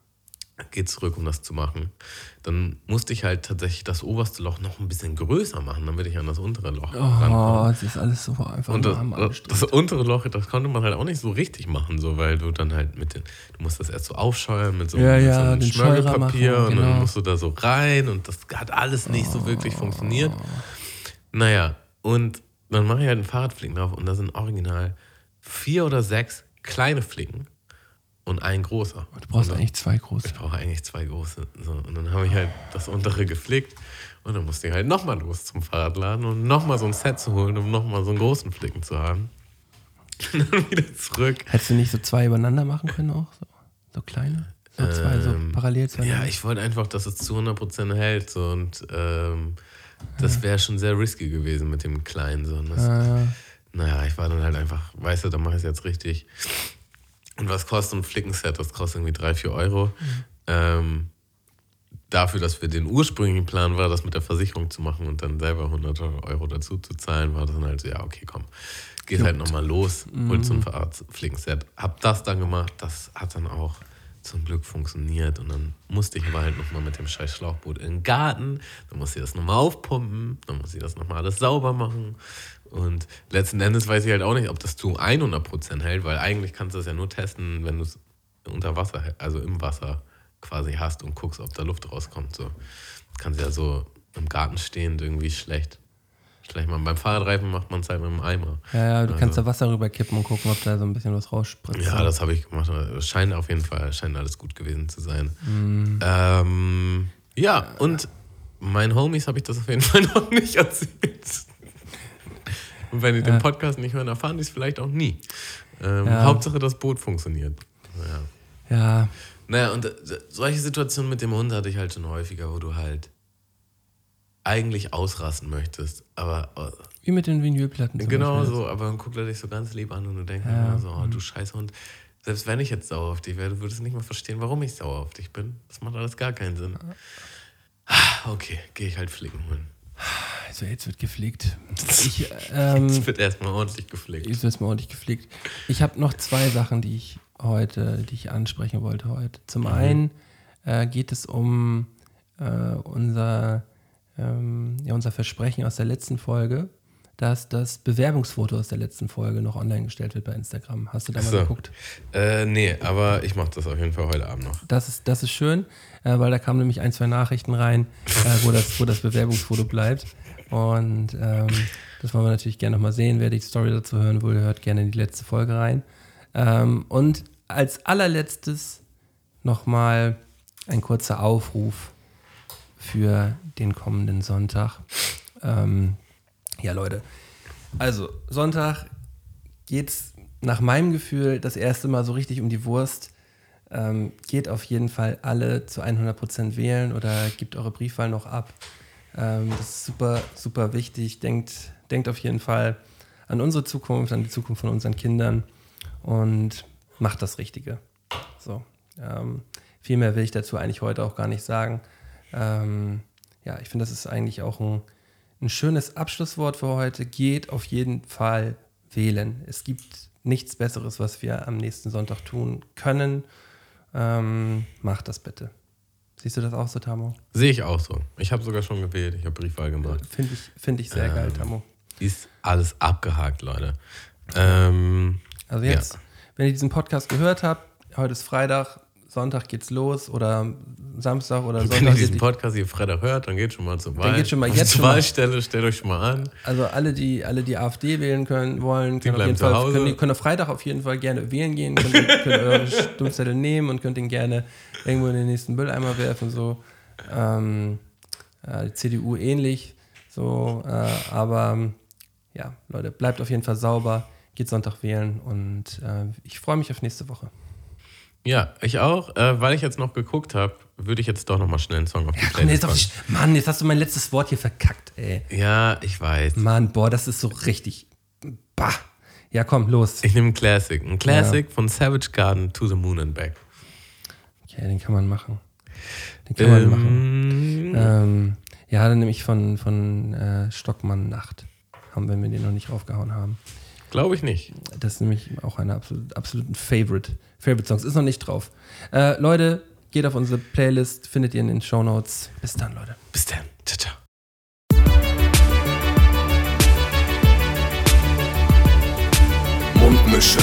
Geht zurück, um das zu machen. Dann musste ich halt tatsächlich das oberste Loch noch ein bisschen größer machen, damit ich an das untere Loch oh, rankomme. Das ist alles so einfach. Und das, das untere Loch, das konnte man halt auch nicht so richtig machen, so, weil du dann halt mit den, du musst das erst so aufscheuern mit so, ja, mit ja, so einem den Schmirgelpapier machen, und genau. dann musst du da so rein und das hat alles nicht oh. so wirklich funktioniert. Naja, und dann mache ich halt einen Fahrradflicken drauf und da sind original vier oder sechs kleine Flicken. Und ein großer. Du brauchst dann, eigentlich zwei große. Ich brauche eigentlich zwei große. So, und dann habe ich halt das untere geflickt und dann musste ich halt nochmal los zum Fahrradladen, um nochmal so ein Set zu holen, um nochmal so einen großen Flicken zu haben. Und dann wieder zurück. Hättest du nicht so zwei übereinander machen können auch? So, so kleine? So zwei, ähm, so parallel zueinander? Ja, ich wollte einfach, dass es zu hundert Prozent hält. So, und ähm, das wäre schon sehr risky gewesen mit dem Kleinen. So. Und das, ah. Naja, ich war dann halt einfach, weißt du, dann mache ich es jetzt richtig. Und was kostet ein Flickenset? Das kostet irgendwie drei, vier Euro. Mhm. Ähm, dafür, dass wir den ursprünglichen Plan war, das mit der Versicherung zu machen und dann selber hundert Euro dazu zu zahlen, war das dann halt so, ja, okay, komm, geht Juckt. halt nochmal los, mhm. holt so ein Flickenset. Hab das dann gemacht, das hat dann auch zum Glück funktioniert und dann musste ich aber halt nochmal mit dem scheiß Schlauchboot in den Garten, dann musste ich das nochmal aufpumpen, dann musste ich das nochmal alles sauber machen. Und letzten Endes weiß ich halt auch nicht, ob das zu hundert Prozent hält, weil eigentlich kannst du das ja nur testen, wenn du es unter Wasser, also im Wasser quasi hast und guckst, ob da Luft rauskommt. So kannst ja so im Garten stehend irgendwie schlecht. Vielleicht mal beim Fahrradreifen macht man es halt mit dem Eimer. Ja, ja, du Also- kannst da Wasser rüberkippen und gucken, ob da so ein bisschen was rausspritzt. Ja, das habe ich gemacht. Es scheint auf jeden Fall, scheint alles gut gewesen zu sein. Mhm. Ähm, ja, und meinen Homies habe ich das auf jeden Fall noch nicht erzählt. Und wenn die den Podcast nicht hören, erfahren die es vielleicht auch nie. Ähm, Ja. Hauptsache, das Boot funktioniert. Ja. Ja, Naja, und äh, solche Situationen mit dem Hund hatte ich halt schon häufiger, wo du halt eigentlich ausrasten möchtest, aber äh, wie mit den Vinylplatten zum genau Beispiel. so, aber dann guckt er dich so ganz lieb an und du denkst Ja. immer so, oh, du Scheißhund. Selbst wenn ich jetzt sauer auf dich wäre, du würdest nicht mal verstehen, warum ich sauer auf dich bin. Das macht alles gar keinen Sinn. Ah, okay, gehe ich halt flicken holen. Also jetzt wird gepflegt. Ich, ähm, Jetzt wird erstmal ordentlich gepflegt. Jetzt wird mal ordentlich gepflegt. Ich habe noch zwei Sachen, die ich heute, die ich ansprechen wollte heute. Zum einen äh, geht es um äh, unser, ähm, ja, unser Versprechen aus der letzten Folge, dass das Bewerbungsfoto aus der letzten Folge noch online gestellt wird bei Instagram. Hast du da mal So. geguckt? Äh, nee, aber ich mache das auf jeden Fall heute Abend noch. Das ist, das ist schön, äh, weil da kamen nämlich ein, zwei Nachrichten rein, äh, wo, das, wo das Bewerbungsfoto bleibt. Und ähm, das wollen wir natürlich gerne nochmal sehen. Wer die Story dazu hören will, hört gerne in die letzte Folge rein. Ähm, und als allerletztes nochmal ein kurzer Aufruf für den kommenden Sonntag. Ähm, ja, Leute, also Sonntag geht's nach meinem Gefühl das erste Mal so richtig um die Wurst. Ähm, geht auf jeden Fall alle zu hundert Prozent wählen oder gebt eure Briefwahl noch ab. Ähm, das ist super, super wichtig. Denkt, denkt auf jeden Fall an unsere Zukunft, an die Zukunft von unseren Kindern und macht das Richtige. So, ähm, viel mehr will ich dazu eigentlich heute auch gar nicht sagen. Ähm, ja, ich finde, das ist eigentlich auch ein, ein schönes Abschlusswort für heute. Geht auf jeden Fall wählen. Es gibt nichts Besseres, was wir am nächsten Sonntag tun können. Ähm, macht das bitte. Siehst du das auch so, Tamo? Sehe ich auch so. Ich habe sogar schon gewählt, ich habe Briefwahl gemacht. Finde ich, find ich sehr Ähm, geil, Tamo. Ist alles abgehakt, Leute. Ähm, Also jetzt, wenn ihr diesen Podcast gehört habt, heute ist Freitag, Sonntag geht's los oder Samstag oder Wenn Sonntag. ihr diesen geht- Podcast hier Freitag hört, dann geht schon mal zur Wahl. geht schon mal jetzt zur schon mal- Wahlstelle, stellt euch schon mal an. Also alle, die alle die AfD wählen können, wollen, können, auf bleiben jeden zu Fall, Hause. können, können auf Freitag auf jeden Fall gerne wählen gehen, könnt, ihr- könnt euren Stimmzettel nehmen und könnt ihn gerne irgendwo in den nächsten Mülleimer werfen. So. Ähm, äh, die C D U ähnlich. So, äh, aber ja, Leute, bleibt auf jeden Fall sauber, geht Sonntag wählen und äh, ich freue mich auf nächste Woche. Ja, ich auch. Äh, weil ich jetzt noch geguckt habe, würde ich jetzt doch noch mal schnell einen Song auf die Komm, Playlist jetzt auf packen. die, Mann, jetzt hast du mein letztes Wort hier verkackt, ey. Ja, ich weiß. Mann, boah, das ist so richtig. Bah. Ja, komm, los. Ich nehme einen Classic. Ein Classic von Savage Garden, To the Moon and Back. Okay, den kann man machen. Den kann man machen. Ähm, Ähm, ja, dann nehme ich von, von äh, Stockmann Nacht. Haben wir, wenn wir den noch nicht raufgehauen haben. Glaube ich nicht. Das ist nämlich auch einer absolut, absoluten Favorite. Favorite Songs. Ist noch nicht drauf. Äh, Leute, geht auf unsere Playlist, findet ihr in den Shownotes. Bis dann, Leute. Bis dann. Ciao, ciao. Mundmische.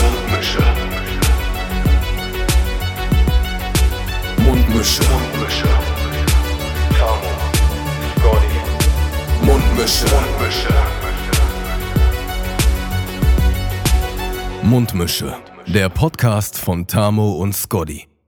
Mundmische. Mundmische. Tamo. Scotty. Mundmische. Mundmische. Mundmische, der Podcast von Tamo und Scotty.